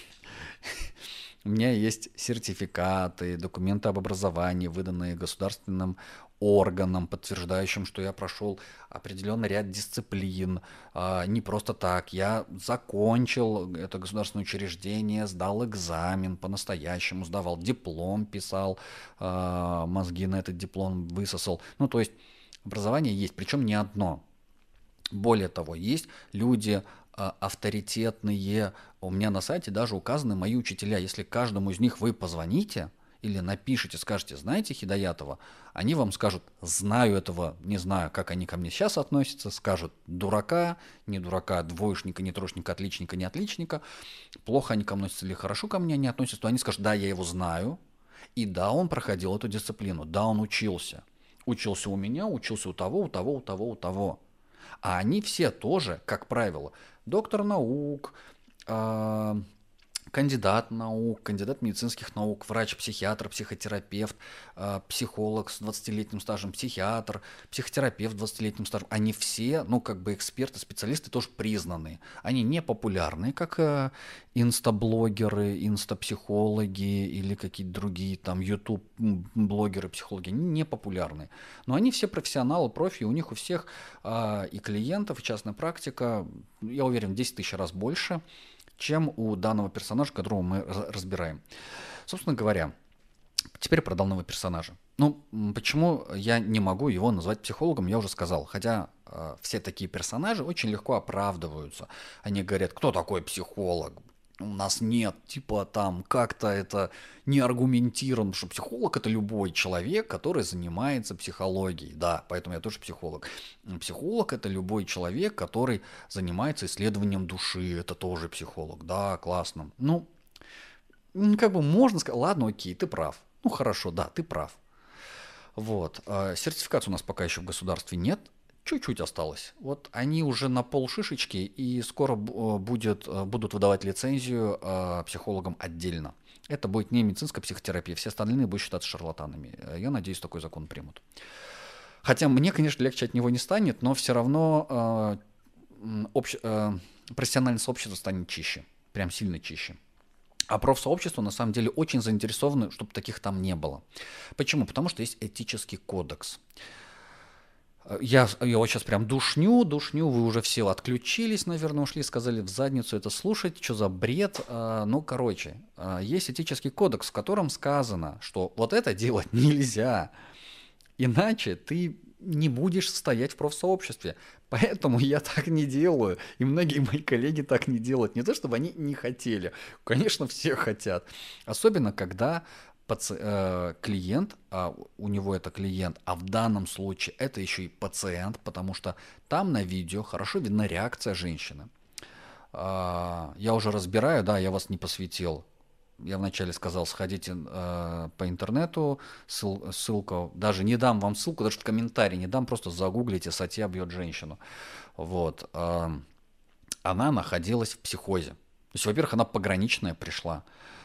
У меня есть сертификаты, документы об образовании, выданные государственным органам, подтверждающим, что я прошел определенный ряд дисциплин. Не просто так. Я закончил это государственное учреждение, сдал экзамен по-настоящему, сдавал диплом, писал, мозги на этот диплом высосал. Ну, то есть образование есть, причем не одно. Более того, есть люди авторитетные. У меня на сайте даже указаны мои учителя. Если каждому из них вы позвоните или напишите, скажете, знаете Хидаятова, они вам скажут, знаю этого, не знаю, как они ко мне сейчас относятся, скажут дурака, не дурака, двоечника, не трошника, отличника, не отличника, плохо они ко мне относятся или хорошо ко мне не относятся, то они скажут, да, я его знаю, и да, он проходил эту дисциплину, да, он учился. Учился у меня, учился у того, у того, у того, у того. А они все тоже, как правило, доктор наук, кандидат наук, кандидат медицинских наук, врач-психиатр, психотерапевт, психолог с 20-летним стажем, психиатр, психотерапевт с 20-летним стажем. Они все, эксперты, специалисты тоже признанные. Они не популярные, как инстаблогеры, инстапсихологи или какие-то другие там YouTube-блогеры, психологи. Они не популярные. Но они все профессионалы, профи, у них у всех и клиентов, и частная практика, я уверен, в 10 тысяч раз больше, чем у данного персонажа, которого мы разбираем. Собственно говоря, теперь про данного персонажа. Почему я не могу его назвать психологом, я уже сказал. Хотя все такие персонажи очень легко оправдываются. Они говорят, кто такой психолог? У нас нет, как-то это не аргументировано, что психолог — это любой человек, который занимается психологией. Да, поэтому я тоже психолог. Психолог — это любой человек, который занимается исследованием души. Это тоже психолог. Да, классно. Можно сказать, ладно, окей, ты прав. Хорошо, да, ты прав. Вот. Сертификации у нас пока еще в государстве нет. Чуть-чуть осталось. Вот они уже на полшишечки, и скоро будут выдавать лицензию психологам отдельно. Это будет не медицинская психотерапия, все остальные будут считаться шарлатанами. Я надеюсь, такой закон примут. Хотя мне, конечно, легче от него не станет, но все равно профессиональное сообщество станет чище, прям сильно чище. А профсообщество на самом деле очень заинтересовано, чтобы таких там не было. Почему? Потому что есть этический кодекс. Я вот сейчас прям душню, вы уже все отключились, наверное, ушли, сказали в задницу это слушать, что за бред. Есть этический кодекс, в котором сказано, что вот это делать нельзя, иначе ты не будешь состоять в профсообществе. Поэтому я так не делаю, и многие мои коллеги так не делают. Не то, чтобы они не хотели, конечно, все хотят. Особенно, когда клиент, а у него это клиент, а в данном случае это еще и пациент, потому что там на видео хорошо видна реакция женщины. Я уже разбираю, да, я вас не посвятил. Я вначале сказал, сходите по интернету, ссылка, даже не дам вам ссылку, даже в комментарии не дам, просто загуглите «Сатья бьет женщину». Вот. Она находилась в психозе. То есть, во-первых, она пограничная пришла.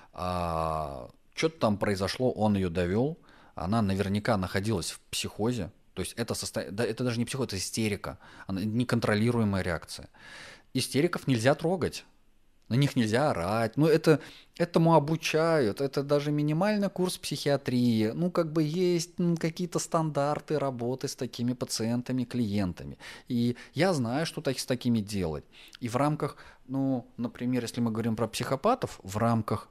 Что-то там произошло, он ее довел. Она наверняка находилась в психозе. То есть да, это даже не психоз, это истерика. Неконтролируемая реакция. Истериков нельзя трогать. На них нельзя орать. Ну, этому обучают. Это даже минимальный курс психиатрии. Ну, как бы есть какие-то стандарты работы с такими пациентами, клиентами. И я знаю, что с такими делать. И в рамках, ну, например, если мы говорим про психопатов, в рамках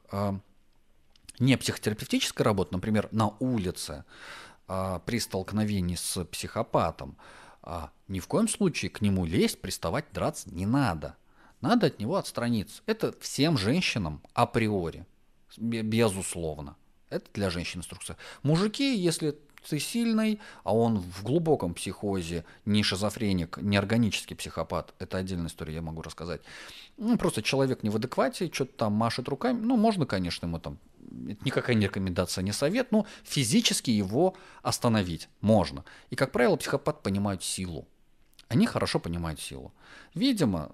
не психотерапевтической работы, например, на улице, при столкновении с психопатом, ни в коем случае к нему лезть, приставать, драться не надо. Надо от него отстраниться. Это всем женщинам априори, безусловно. Это для женщин инструкция. Мужики, если ты сильный, а он в глубоком психозе, не шизофреник, не органический психопат, это отдельная история, я могу рассказать. Ну, просто человек не в адеквате, что-то там машет руками. Ну, можно, конечно, ему там, это никакая не рекомендация, не совет, но физически его остановить можно. И, как правило, психопат понимает силу. Они хорошо понимают силу. Видимо,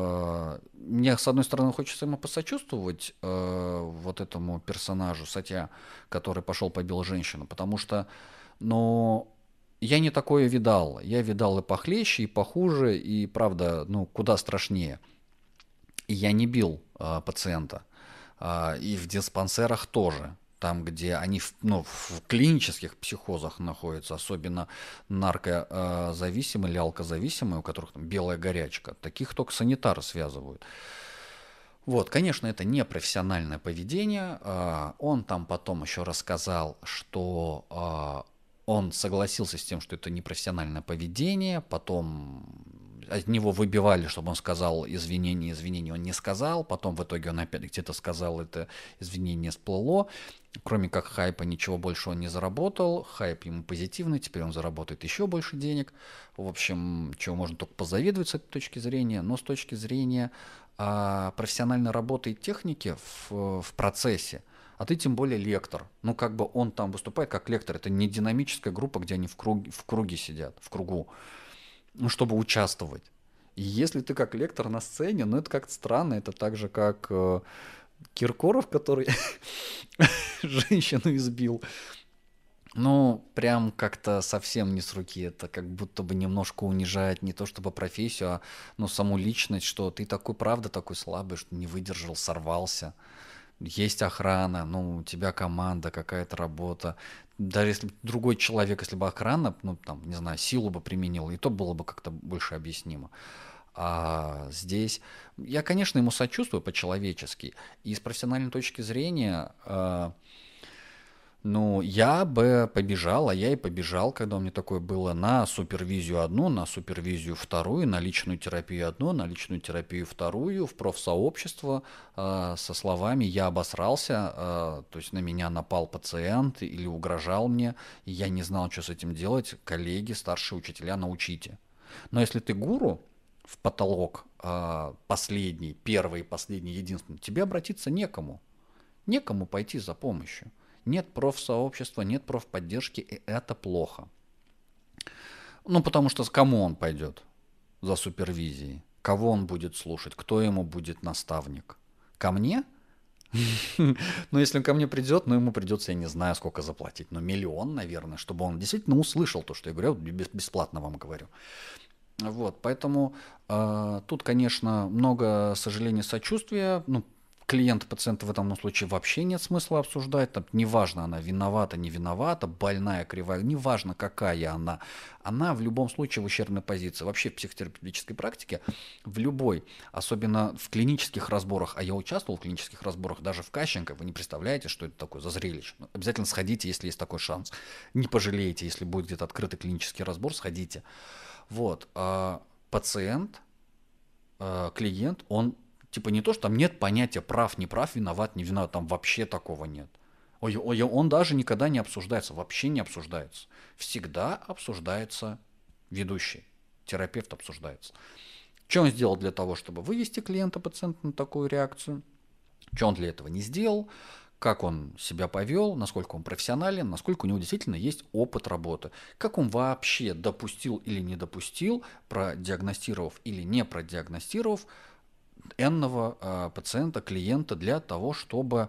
мне с одной стороны хочется ему посочувствовать, вот этому персонажу Сатья, который пошел побил женщину, потому что, ну, я не такое видал. Я видал и похлеще, и похуже, и, правда, ну, куда страшнее. И я не бил пациента. И в диспансерах тоже. Там, где они в клинических психозах находятся, особенно наркозависимые или алкозависимые, у которых там белая горячка, таких только санитары связывают. Вот, конечно, это не профессиональное поведение. Он там потом еще рассказал, что он согласился с тем, что это непрофессиональное поведение, потом от него выбивали, чтобы он сказал извинения он не сказал, потом в итоге он опять где-то сказал это, извинение всплыло, кроме как хайпа ничего больше он не заработал, хайп ему позитивный, теперь он заработает еще больше денег, в общем, чего можно только позавидовать с этой точки зрения, но с точки зрения профессиональной работы и техники в процессе, а ты тем более лектор. Ну, как бы он там выступает как лектор. Это не динамическая группа, где они в круге сидят, в кругу, ну, чтобы участвовать. И если ты как лектор на сцене, ну, это как-то странно. Это так же, как Киркоров, который женщину избил. Ну, прям как-то совсем не с руки. Это как будто бы немножко унижает не то чтобы профессию, а ну, саму личность, что ты такой, правда, такой слабый, что не выдержал, сорвался. Есть охрана, ну, у тебя команда, какая-то работа. Даже если другой человек, если бы охрана, ну, там, не знаю, силу бы применил, и то было бы как-то больше объяснимо. А здесь я, конечно, ему сочувствую по-человечески. И с профессиональной точки зрения, ну, я бы побежал, а я и побежал, когда у меня такое было, на супервизию одну, на супервизию вторую, на личную терапию одну, на личную терапию вторую, в профсообщество со словами «я обосрался», то есть на меня напал пациент или угрожал мне, и я не знал, что с этим делать, коллеги, старшие учителя, научите. Но если ты гуру в потолок последний, первый, последний, единственный, тебе обратиться некому, некому пойти за помощью. Нет профсообщества, нет профподдержки, и это плохо. Ну, потому что кому он пойдет за супервизией? Кого он будет слушать? Кто ему будет наставник? Ко мне? Ну, если он ко мне придет, ну, ему придется, я не знаю, сколько заплатить. Но 1 миллион, наверное, чтобы он действительно услышал то, что я говорю. Бесплатно вам говорю. Вот, поэтому тут, конечно, много сожаления, сочувствия. Ну, клиента, пациента в этом случае вообще нет смысла обсуждать. Там, неважно, она виновата, не виновата, больная, кривая, неважно, какая она в любом случае в ущербной позиции. Вообще в психотерапевтической практике, в любой, особенно в клинических разборах, а я участвовал в клинических разборах даже в Кащенко, вы не представляете, что это такое за зрелище. Обязательно сходите, если есть такой шанс. Не пожалеете, если будет где-то открытый клинический разбор, сходите. Вот, пациент, клиент, он типа не то, что там нет понятия прав, не прав, виноват, не виноват, там вообще такого нет. Он даже никогда не обсуждается, вообще не обсуждается. Всегда обсуждается ведущий, терапевт обсуждается. Что он сделал для того, чтобы вывести клиента, пациента на такую реакцию? Что он для этого не сделал? Как он себя повел, насколько он профессионален, насколько у него действительно есть опыт работы, как он вообще допустил или не допустил, продиагностировав или не продиагностировав энного пациента, клиента для того, чтобы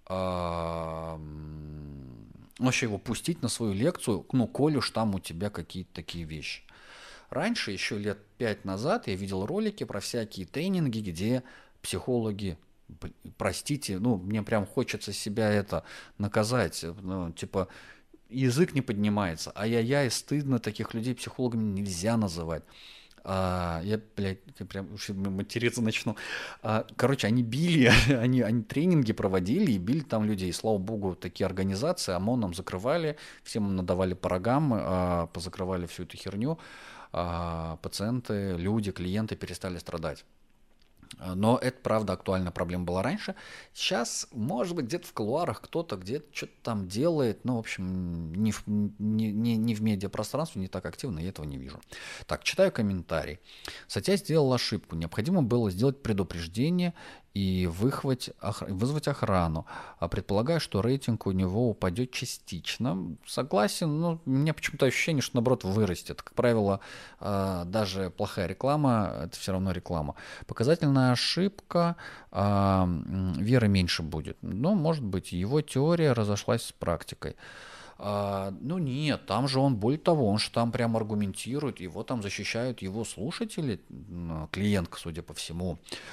вообще его пустить на свою лекцию, ну, коль уж там у тебя какие-то такие вещи. Раньше, еще лет 5 назад, я видел ролики про всякие тренинги, где психологи, простите, ну, мне прям хочется себя это наказать, ну, типа, язык не поднимается, ай-яй-яй, стыдно, таких людей психологами нельзя называть. Я, блядь, прям уж материться начну. Короче, они били, они тренинги проводили и били там людей. Слава богу, такие организации ОМОНом закрывали, всем им надавали по рогам, позакрывали всю эту херню. Пациенты, люди, клиенты перестали страдать. Но это, правда, актуальная проблема была раньше. Сейчас, может быть, где-то в кулуарах кто-то где-то что-то там делает. Ну, в общем, не в медиапространстве, не так активно, я этого не вижу. Так, читаю комментарий. Статья сделала ошибку. Необходимо было сделать предупреждение и вызвать охрану. Предполагаю, что рейтинг у него упадет частично. Согласен, но у меня почему-то ощущение, что наоборот вырастет. Как правило, даже плохая реклама – это все равно реклама. Показательная ошибка, веры меньше будет. Но, может быть, его теория разошлась с практикой. Ну нет, там же он, более того, он же там прям аргументирует, его там защищают его слушатели, клиентка, судя по всему,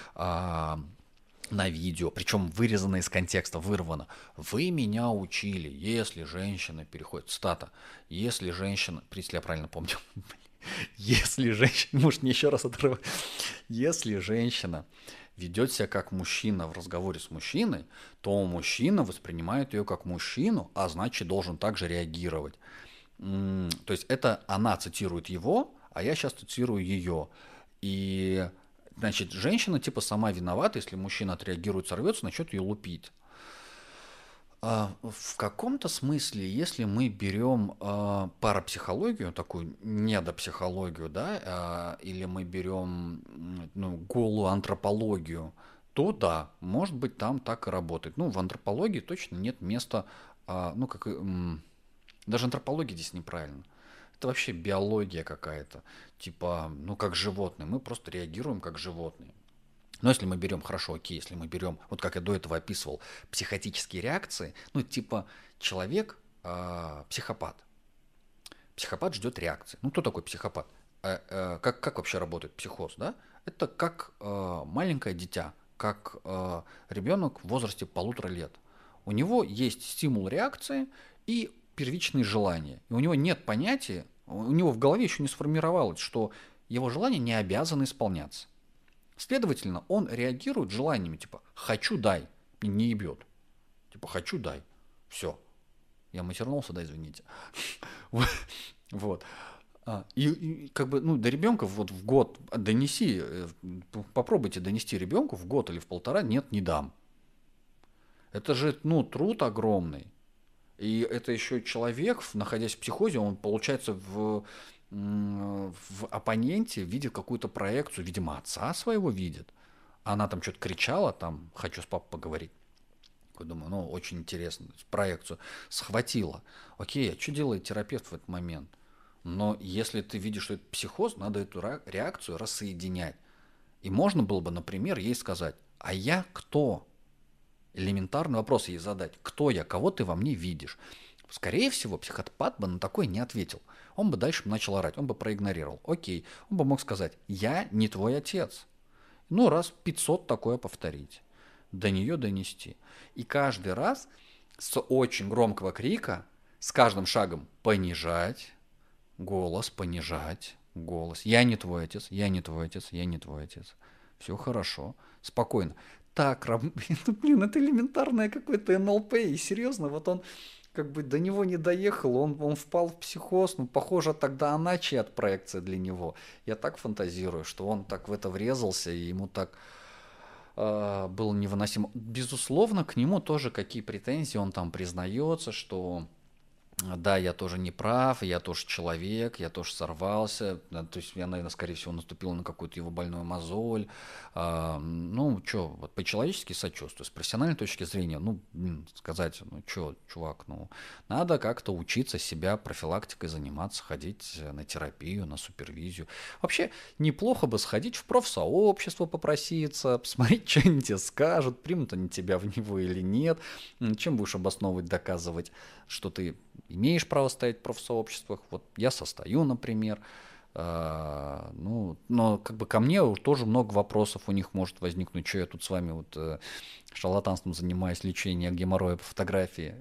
на видео, причем вырезано из контекста, вырвано. Вы меня учили, если женщина переходит, цитата, если женщина, если я правильно помню, если женщина, может мне еще раз отрывать, если женщина ведет себя как мужчина в разговоре с мужчиной, то мужчина воспринимает ее как мужчину, а значит должен также реагировать. То есть это она цитирует его, а я сейчас цитирую ее. И значит, женщина типа сама виновата, если мужчина отреагирует, сорвется, начнет ее лупить. В каком-то смысле, если мы берем парапсихологию, такую недопсихологию, да, или мы берем голую антропологию, то да, может быть, там так и работает. Ну, в антропологии точно нет места, даже антропология здесь неправильно. Это вообще биология какая-то, типа, как животные, мы просто реагируем как животные. Но если мы берем, хорошо, окей, если мы берем, вот как я до этого описывал, психотические реакции, типа человек психопат. Психопат ждет реакции. Кто такой психопат? Как вообще работает психоз, да? Это как маленькое дитя, как ребенок в возрасте 1,5 лет. У него есть стимул реакции и первичные желания. И у него нет понятия, у него в голове еще не сформировалось, что его желания не обязаны исполняться. Следовательно, он реагирует желаниями, типа «хочу, дай», и не ебет. Типа «хочу, дай». Все. Я матернулся, да, извините. Вот. И как бы, до ребенка вот в год донеси, попробуйте донести ребенку в год или в 1,5, нет, не дам. Это же, труд огромный. И это еще человек, находясь в психозе, он, получается, в оппоненте видит какую-то проекцию, видимо, отца своего видит. Она там что-то кричала, там, хочу с папой поговорить. Я думаю, очень интересно, проекцию схватила. Окей, а что делает терапевт в этот момент? Но если ты видишь, что это психоз, надо эту реакцию рассоединять. И можно было бы, например, ей сказать, а я кто? Элементарный вопрос ей задать. Кто я? Кого ты во мне видишь? Скорее всего, психопат бы на такой не ответил. Он бы дальше начал орать, он бы проигнорировал. Окей, он бы мог сказать, я не твой отец. Раз 500 такое повторить. До нее донести. И каждый раз с очень громкого крика, с каждым шагом понижать голос, Я не твой отец, я не твой отец, я не твой отец. Все хорошо, спокойно. Так, это элементарное какое-то НЛП, и серьезно, вот он как бы до него не доехал, он впал в психоз, похоже, тогда она чья-то проекция для него. Я так фантазирую, что он так в это врезался, и ему так было невыносимо. Безусловно, к нему тоже какие претензии, он там признается, что да, я тоже не прав, я тоже человек, я тоже сорвался. То есть я, наверное, скорее всего, наступил на какую-то его больную мозоль. Ну, что, вот по-человечески сочувствую. С профессиональной точки зрения, ну, сказать, ну, что, чувак, ну, надо как-то учиться себя профилактикой заниматься, ходить на терапию, на супервизию. Вообще, неплохо бы сходить в профсообщество попроситься, посмотреть, что они тебе скажут, примут они тебя в него или нет, чем будешь обосновывать, доказывать, что ты имеешь право стоять в профсообществах. Вот я состою, например. Ну, но как бы ко мне тоже много вопросов у них может возникнуть, что я тут с вами вот шарлатанством занимаюсь, лечение геморроя по фотографии.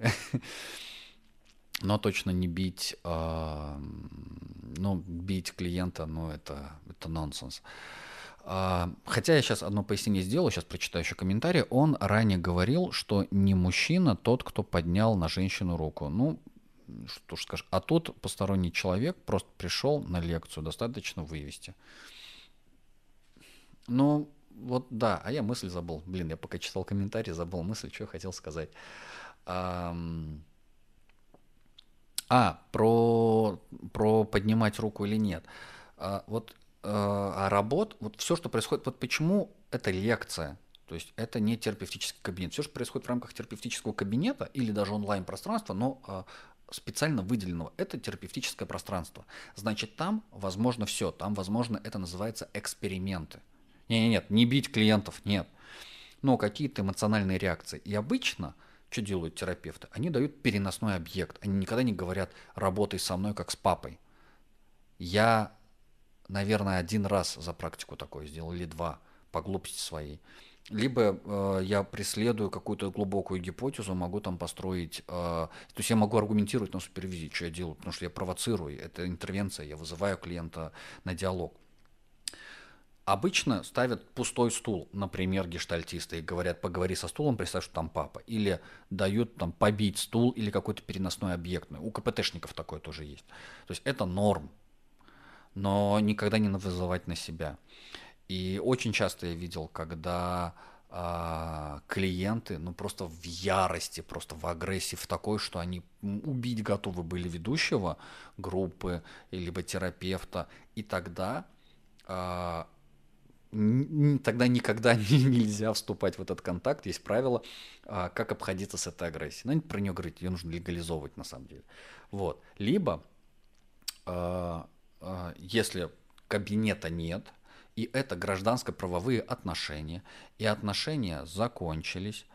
Но точно не бить, ну, бить клиента, ну, это нонсенс. Хотя я сейчас одно пояснение сделаю, сейчас прочитаю еще комментарий. Он ранее говорил, что не мужчина тот, кто поднял на женщину руку. Ну, что ж скажешь. А тут посторонний человек просто пришел на лекцию, достаточно вывести. Ну, вот да, а я мысль забыл. Блин, я пока читал комментарий, забыл мысль, что я хотел сказать. Про поднимать руку или нет. Вот вот все, что происходит, вот почему это лекция, то есть это не терапевтический кабинет. Все, что происходит в рамках терапевтического кабинета или даже онлайн-пространства, но специально выделенного, это терапевтическое пространство. Значит, там возможно все, там возможно, это называется эксперименты. Нет, не бить клиентов, нет. Но какие-то эмоциональные реакции. И обычно что делают терапевты? Они дают переносной объект. Они никогда не говорят «работай со мной, как с папой». Я, наверное, один раз за практику такое сделал, или два, по глупости своей. Либо я преследую какую-то глубокую гипотезу, могу там построить, то есть я могу аргументировать на супервизии, что я делаю, потому что я провоцирую, это интервенция, я вызываю клиента на диалог. Обычно ставят пустой стул, например, гештальтисты, и говорят, поговори со стулом, представь, что там папа. Или дают там побить стул или какой-то переносной объект. У КПТшников такое тоже есть. То есть это норм, но никогда не вызывать на себя. И очень часто я видел, когда клиенты, ну просто в ярости, просто в агрессии, в такой, что они убить готовы были ведущего группы, либо терапевта, и тогда тогда никогда нельзя вступать в этот контакт. Есть правило, как обходиться с этой агрессией. Но не про нее говорить, ее нужно легализовывать на самом деле. Вот. Либо, если кабинета нет, и это гражданско-правовые отношения, и отношения закончились,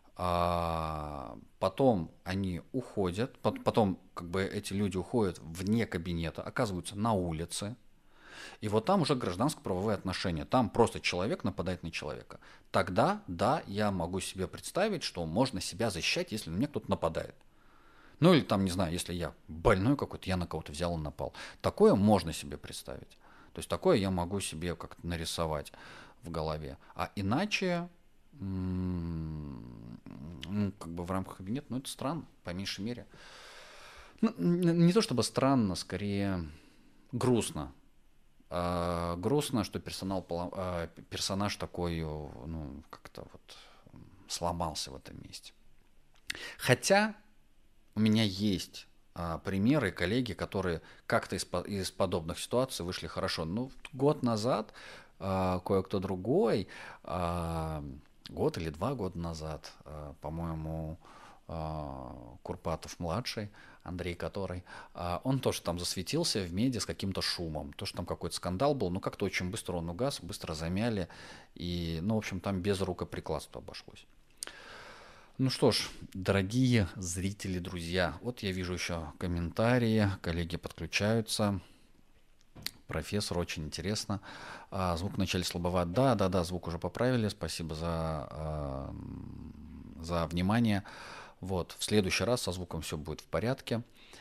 потом они уходят, потом как бы эти люди уходят вне кабинета, оказываются на улице, и вот там уже гражданско-правовые отношения. Там просто человек нападает на человека. Тогда, да, я могу себе представить, что можно себя защищать, если на меня кто-то нападает. Ну или там, не знаю, если я больной какой-то, я на кого-то взял и напал. Такое можно себе представить. То есть такое я могу себе как-то нарисовать в голове. А иначе, ну, как бы в рамках кабинета, ну это странно, по меньшей мере. Ну, не то чтобы странно, скорее грустно. Грустно, что персонаж такой, ну, как-то вот сломался в этом месте. Хотя у меня есть примеры, коллеги, которые как-то из подобных ситуаций вышли хорошо. Ну, год назад кое-кто другой, год или 2 года назад, по-моему, Курпатов-младший, Андрей который, он тоже там засветился в медиа с каким-то шумом. То, что там какой-то скандал был, но как-то очень быстро он угас, быстро замяли. И, ну, в общем, там без рукоприкладства обошлось. Ну что ж, дорогие зрители, друзья, вот я вижу еще комментарии, коллеги подключаются. Профессор, очень интересно. Звук вначале слабоват. Да, звук уже поправили. Спасибо за внимание. Вот, в следующий раз со звуком все будет в порядке.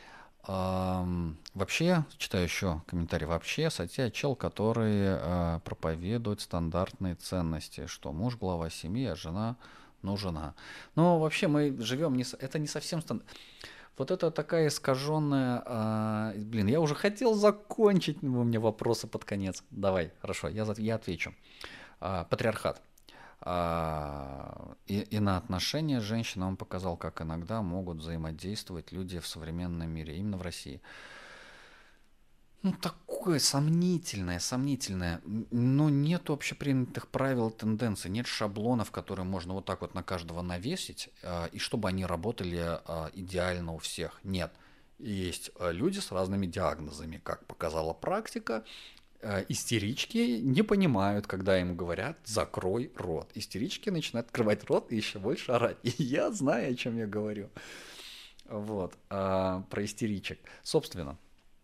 Вообще, читаю еще комментарий, вообще, статья чел, который проповедует стандартные ценности, что муж глава семьи, а жена, ну, жена. Но вообще мы живем, это не совсем Вот это такая искаженная... блин, я уже хотел закончить, у меня вопросы под конец. Давай, хорошо, я отвечу. Патриархат. И на отношения с женщиной он показал, как иногда могут взаимодействовать люди в современном мире, именно в России. Ну, такое сомнительное. Но нет общепринятых правил и тенденций, нет шаблонов, которые можно вот так вот на каждого навесить, и чтобы они работали идеально у всех. Нет. Есть люди с разными диагнозами, как показала практика. Истерички не понимают, когда им говорят «закрой рот». Истерички начинают открывать рот и еще больше орать. И я знаю, о чем я говорю. Вот. Про истеричек. Собственно,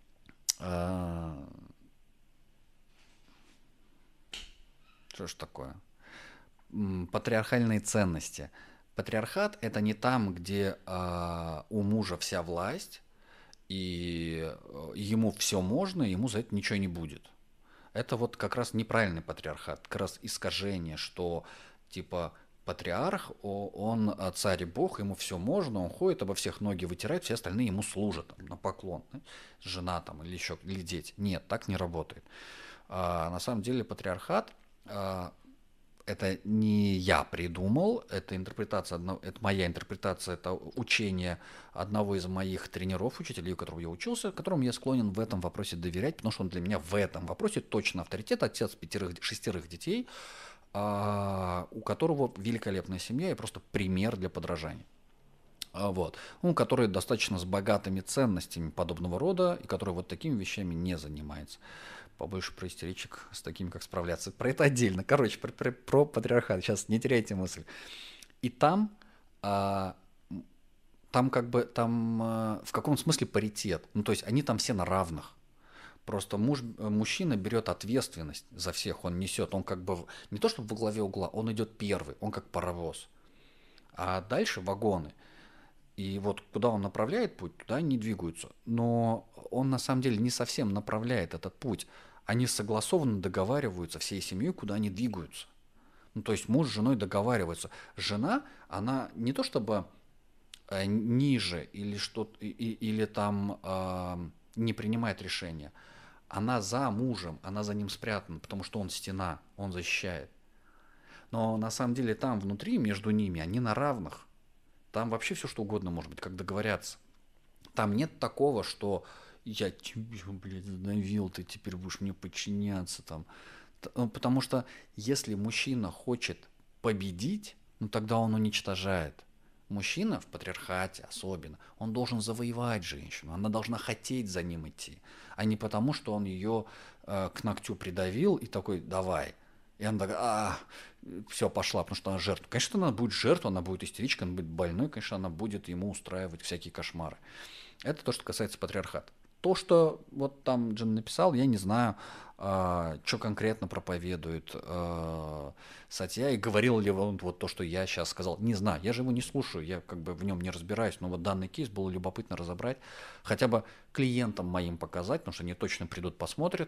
что ж такое? Патриархальные ценности. Патриархат — это не там, где у мужа вся власть, и ему все можно, и ему за это ничего не будет. Это вот как раз неправильный патриархат, как раз искажение, что типа патриарх, он царь и бог, ему все можно, он ходит, обо всех ноги вытирает, все остальные ему служат там, на поклон. Да? Жена там или еще, или дети. Нет, так не работает. На самом деле патриархат это не я придумал, это интерпретация, это моя интерпретация, это учение одного из моих тренеров, учителей, у которого я учился, которому я склонен в этом вопросе доверять, потому что он для меня в этом вопросе точно авторитет, отец 5-6 детей, у которого великолепная семья и просто пример для подражания. Вот. Ну, который достаточно с богатыми ценностями подобного рода, и который вот такими вещами не занимается. Побольше про истеричек с такими, как справляться. Про это отдельно. Короче, про патриархат. Сейчас не теряйте мысль. И там, в каком смысле паритет. Ну, то есть они там все на равных. Просто мужчина берет ответственность за всех, он несет, он как бы не то чтобы во главе угла, он идет первый, он как паровоз. А дальше вагоны. И вот куда он направляет путь, туда они двигаются. Но он на самом деле не совсем направляет этот путь. Они согласованно договариваются всей семьей, куда они двигаются. Ну, то есть муж с женой договариваются. Жена, она не то чтобы ниже или что-то, или там не принимает решения. Она за мужем, она за ним спрятана, потому что он стена, он защищает. Но на самом деле там внутри, между ними, они на равных. Там вообще все что угодно может быть, как договорятся. Там нет такого, что я тебя, блядь, задавил, ты теперь будешь мне подчиняться. Там. Ну, потому что если мужчина хочет победить, ну тогда он уничтожает. Мужчина в патриархате особенно, он должен завоевать женщину, она должна хотеть за ним идти, а не потому, что он ее к ногтю придавил и такой, давай. И она такая, все, пошла, потому что она жертва. Конечно, она будет жертва, она будет истеричка, она будет больной, конечно, она будет ему устраивать всякие кошмары. Это то, что касается патриархата. То, что вот там Джин написал, я не знаю, что конкретно проповедует Сатья, и говорил ли он вот то, что я сейчас сказал. Не знаю, я же его не слушаю, я как бы в нем не разбираюсь, но вот данный кейс было любопытно разобрать, хотя бы клиентам моим показать, потому что они точно придут, посмотрят,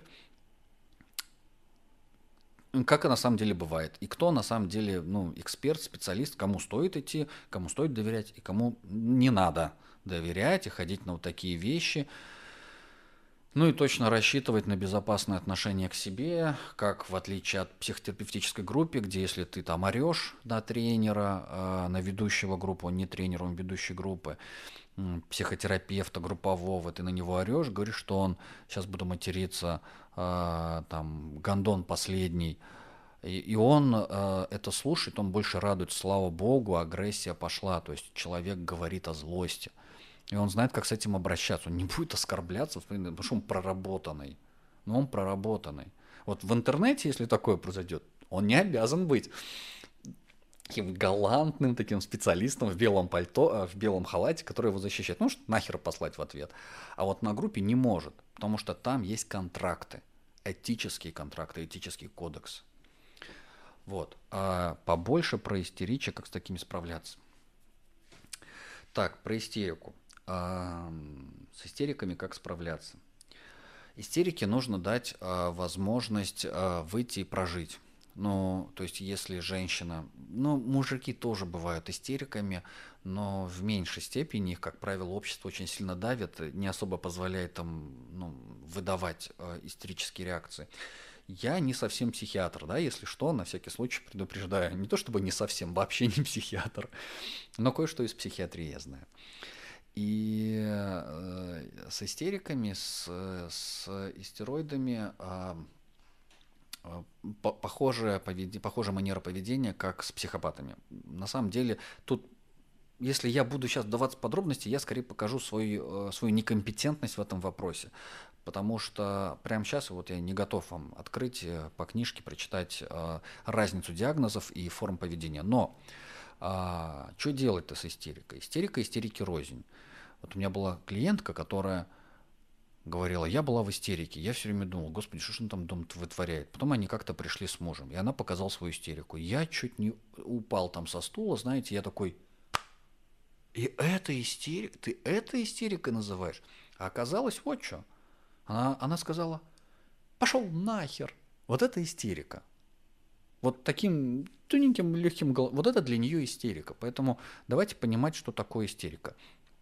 как и на самом деле бывает. И кто на самом деле, ну, эксперт, специалист, кому стоит идти, кому стоит доверять и кому не надо доверять и ходить на вот такие вещи. Ну и точно рассчитывать на безопасное отношение к себе, как в отличие от психотерапевтической группы, где если ты там орешь на тренера, на ведущего группы, он не тренер, он ведущий группы, психотерапевта группового, ты на него орешь, говоришь, что он, сейчас буду материться, там, гондон последний, и он это слушает, он больше радует, слава богу, агрессия пошла, то есть человек говорит о злости. И он знает, как с этим обращаться. Он не будет оскорбляться, потому что он проработанный. Но он проработанный. Вот в интернете, если такое произойдет, он не обязан быть таким галантным таким специалистом в белом пальто, в белом халате, который его защищает. Ну, что нахер послать в ответ. А вот на группе не может, потому что там есть контракты. Этические контракты, этический кодекс. Вот. А побольше про истеричек, как с такими справляться. Так, про истерику. С истериками как справляться? Истерике нужно дать возможность выйти и прожить. Ну, то есть, если женщина... Ну, мужики тоже бывают истериками, но в меньшей степени их, как правило, общество очень сильно давит, не особо позволяет им выдавать истерические реакции. Я не совсем психиатр, да, если что, на всякий случай предупреждаю. Не то чтобы не совсем, вообще не психиатр, но кое-что из психиатрии я знаю. И с истериками, с истероидами похожая манера поведения, как с психопатами. На самом деле, тут, если я буду сейчас вдаваться в подробности, я скорее покажу свою некомпетентность в этом вопросе. Потому что прямо сейчас вот я не готов вам открыть по книжке, прочитать разницу диагнозов и форм поведения. Но что делать-то с истерикой? Истерика истерики рознь. Вот у меня была клиентка, которая говорила, я была в истерике. Я все время думал, господи, что же он там дома вытворяет. Потом они как-то пришли с мужем, и она показала свою истерику. Я чуть не упал там со стула, знаете, я такой, и это истерика? Ты это истерикой называешь? А оказалось вот что. Она сказала, пошел нахер. Вот это истерика. Вот таким тоненьким, легким голосом. Вот это для нее истерика. Поэтому давайте понимать, что такое истерика.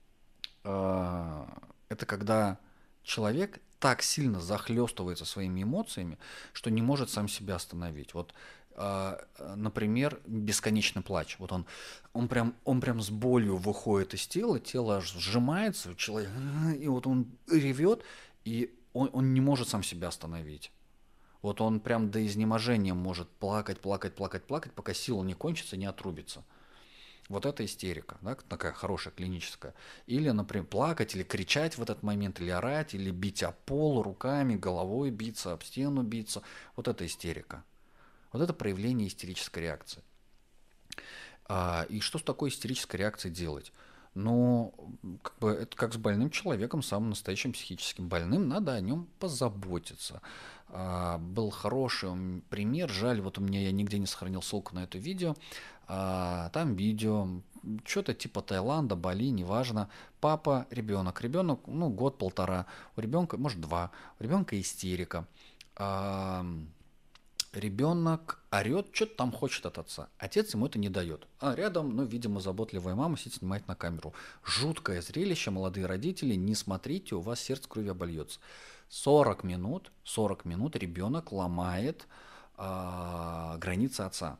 Это когда человек так сильно захлестывается своими эмоциями, что не может сам себя остановить. Вот, например, бесконечный плач. Вот он прям с болью выходит из тела, тело аж сжимается, человек, и вот он ревет, и он не может сам себя остановить. Вот он прям до изнеможения может плакать, плакать, плакать, плакать, пока сила не кончится, не отрубится. Вот это истерика, да, такая хорошая, клиническая. Или, например, плакать, или кричать в этот момент, или орать, или бить о пол руками, головой биться, об стену биться. Вот это истерика. Вот это проявление истерической реакции. И что с такой истерической реакцией делать? Ну, как бы это как с больным человеком, самым настоящим психическим больным, надо о нем позаботиться. Был хороший пример, жаль, вот у меня я нигде не сохранил ссылку на это видео. Там видео, что-то типа Таиланда, Бали, неважно. Папа, ребенок, ну, год-полтора, у ребенка, может, 2, у ребенка истерика. Ребенок орет, что-то там хочет от отца. Отец ему это не дает. А рядом, ну, видимо, заботливая мама сидит, снимает на камеру. Жуткое зрелище, молодые родители, не смотрите, у вас сердце кровью обольется. 40 минут ребенок ломает границы отца.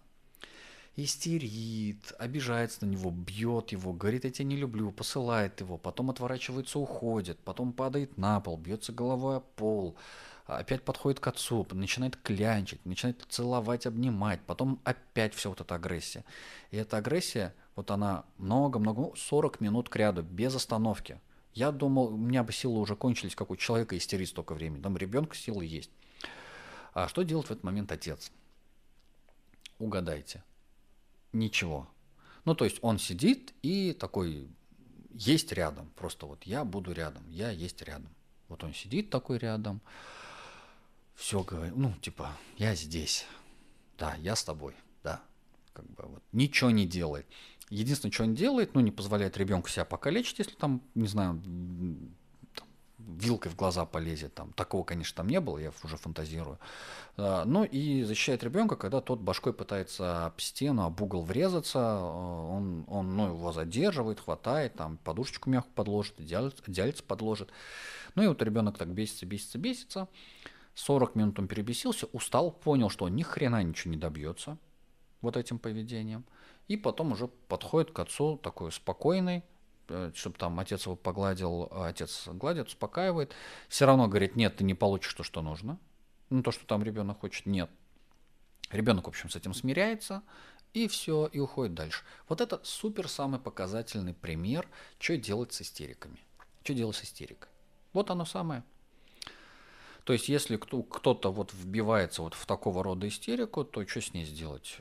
Истерит, обижается на него, бьет его, говорит, я тебя не люблю, посылает его, потом отворачивается, уходит, потом падает на пол, бьется головой о пол, опять подходит к отцу, начинает клянчить, начинает целовать, обнимать, потом опять вся вот эта агрессия. И эта агрессия, вот она много-много, 40 минут кряду, без остановки. Я думал, у меня бы силы уже кончились, как у человека истерить столько времени. Там ребенка силы есть. А что делает в этот момент отец? Угадайте. Ничего. Ну, то есть он сидит и такой, есть рядом. Просто вот я буду рядом, я есть рядом. Вот он сидит такой рядом, все говорит, ну, типа, я здесь, да, я с тобой, да. Как бы вот ничего не делает. Единственное, что он делает, ну, не позволяет ребенку себя покалечить, если там, не знаю, вилкой в глаза полезет. Там. Такого, конечно, там не было, я уже фантазирую. Ну и защищает ребенка, когда тот башкой пытается об стену, об угол врезаться, он ну, его задерживает, хватает, там, подушечку мягкую подложит, одеяльце подложит. Ну и вот ребенок так бесится. 40 минут он перебесился, устал, понял, что он ни хрена ничего не добьется вот этим поведением. И потом уже подходит к отцу такой спокойный, чтобы там отец его погладил, отец гладит, успокаивает. Все равно говорит, нет, ты не получишь то, что нужно. Ну, то, что там ребенок хочет, нет. Ребенок, в общем, с этим смиряется, и все, и уходит дальше. Вот это супер самый показательный пример, что делать с истериками. Что делать с истерикой. Вот оно самое. То есть, если кто-то вот вбивается вот в такого рода истерику, то что с ней сделать?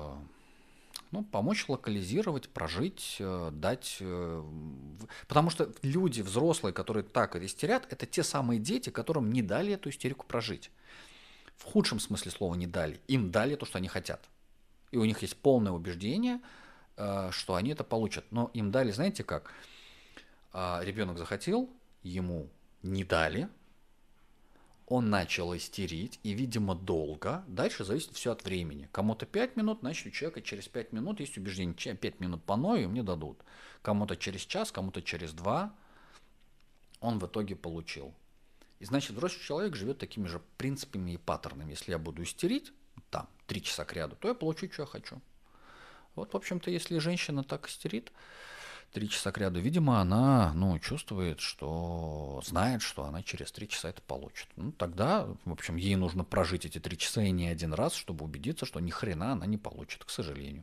Ну, помочь локализировать, прожить, дать. Потому что люди взрослые, которые так истерят, это те самые дети, которым не дали эту истерику прожить. В худшем смысле слова не дали. Им дали то, что они хотят. И у них есть полное убеждение, что они это получат. Но им дали, знаете как? Ребенок захотел, ему не дали, он начал истерить, и, видимо, долго. Дальше зависит все от времени. Кому-то 5 минут, значит, у человека через 5 минут есть убеждение, 5 минут поною мне дадут. Кому-то через час, кому-то через 2 он в итоге получил. И значит, взрослый человек живет такими же принципами и паттернами. Если я буду истерить, там, 3 часа к ряду, то я получу, что я хочу. Вот, в общем-то, если женщина так истерит 3 часа к ряду, видимо, она, чувствует, что знает, что она через 3 часа это получит. Тогда, в общем, ей нужно прожить эти 3 часа и не один раз, чтобы убедиться, что ни хрена она не получит, к сожалению.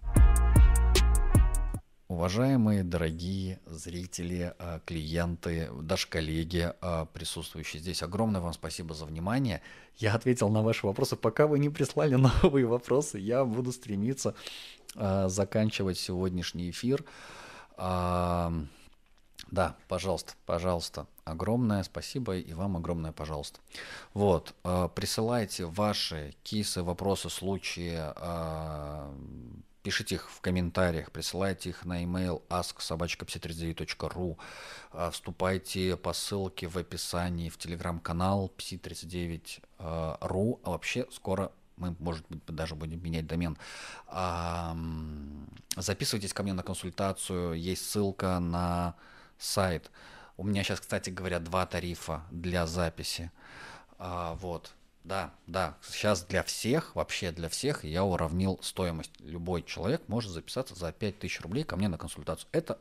Уважаемые, дорогие зрители, клиенты, даже коллеги, присутствующие здесь, огромное вам спасибо за внимание. Я ответил на ваши вопросы. Пока вы не прислали новые вопросы, я буду стремиться заканчивать сегодняшний эфир. Да, пожалуйста, огромное спасибо и вам огромное пожалуйста. Вот, присылайте ваши кейсы, вопросы, случаи, пишите их в комментариях, присылайте их на email ask@psi39.ru, вступайте по ссылке в описании в телеграм-канал psi39.ru, а вообще скоро мы, может быть, даже будем менять домен. Записывайтесь ко мне на консультацию, есть ссылка на сайт. У меня сейчас, кстати говоря, 2 тарифа для записи. Вот. Да, сейчас для всех, вообще для всех я уравнил стоимость. Любой человек может записаться за 5000 рублей ко мне на консультацию. Это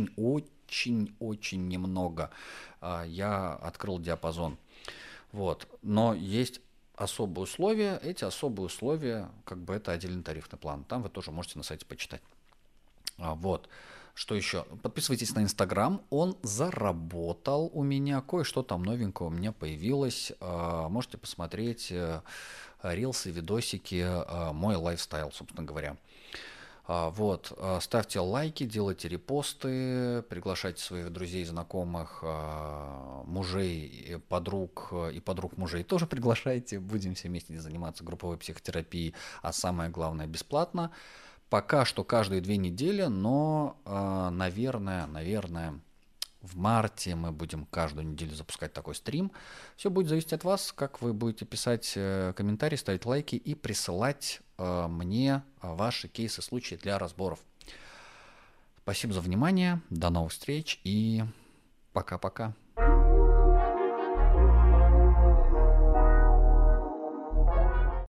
очень немного. Я открыл диапазон. Вот. Но есть особые условия. Эти особые условия, это отдельный тарифный план. Там вы тоже можете на сайте почитать. Вот. Что еще? Подписывайтесь на Инстаграм. Он заработал у меня. Кое-что там новенького у меня появилось. Можете посмотреть рилсы, видосики, мой лайфстайл, собственно говоря. Вот, ставьте лайки, делайте репосты, приглашайте своих друзей, знакомых, мужей, подруг и подруг мужей тоже приглашайте. Будем все вместе заниматься групповой психотерапией, а самое главное, бесплатно. Пока что каждые 2 недели, но, наверное, в марте мы будем каждую неделю запускать такой стрим. Все будет зависеть от вас, как вы будете писать комментарии, ставить лайки и присылать мне ваши кейсы, случаи для разборов. Спасибо за внимание, до новых встреч и пока-пока.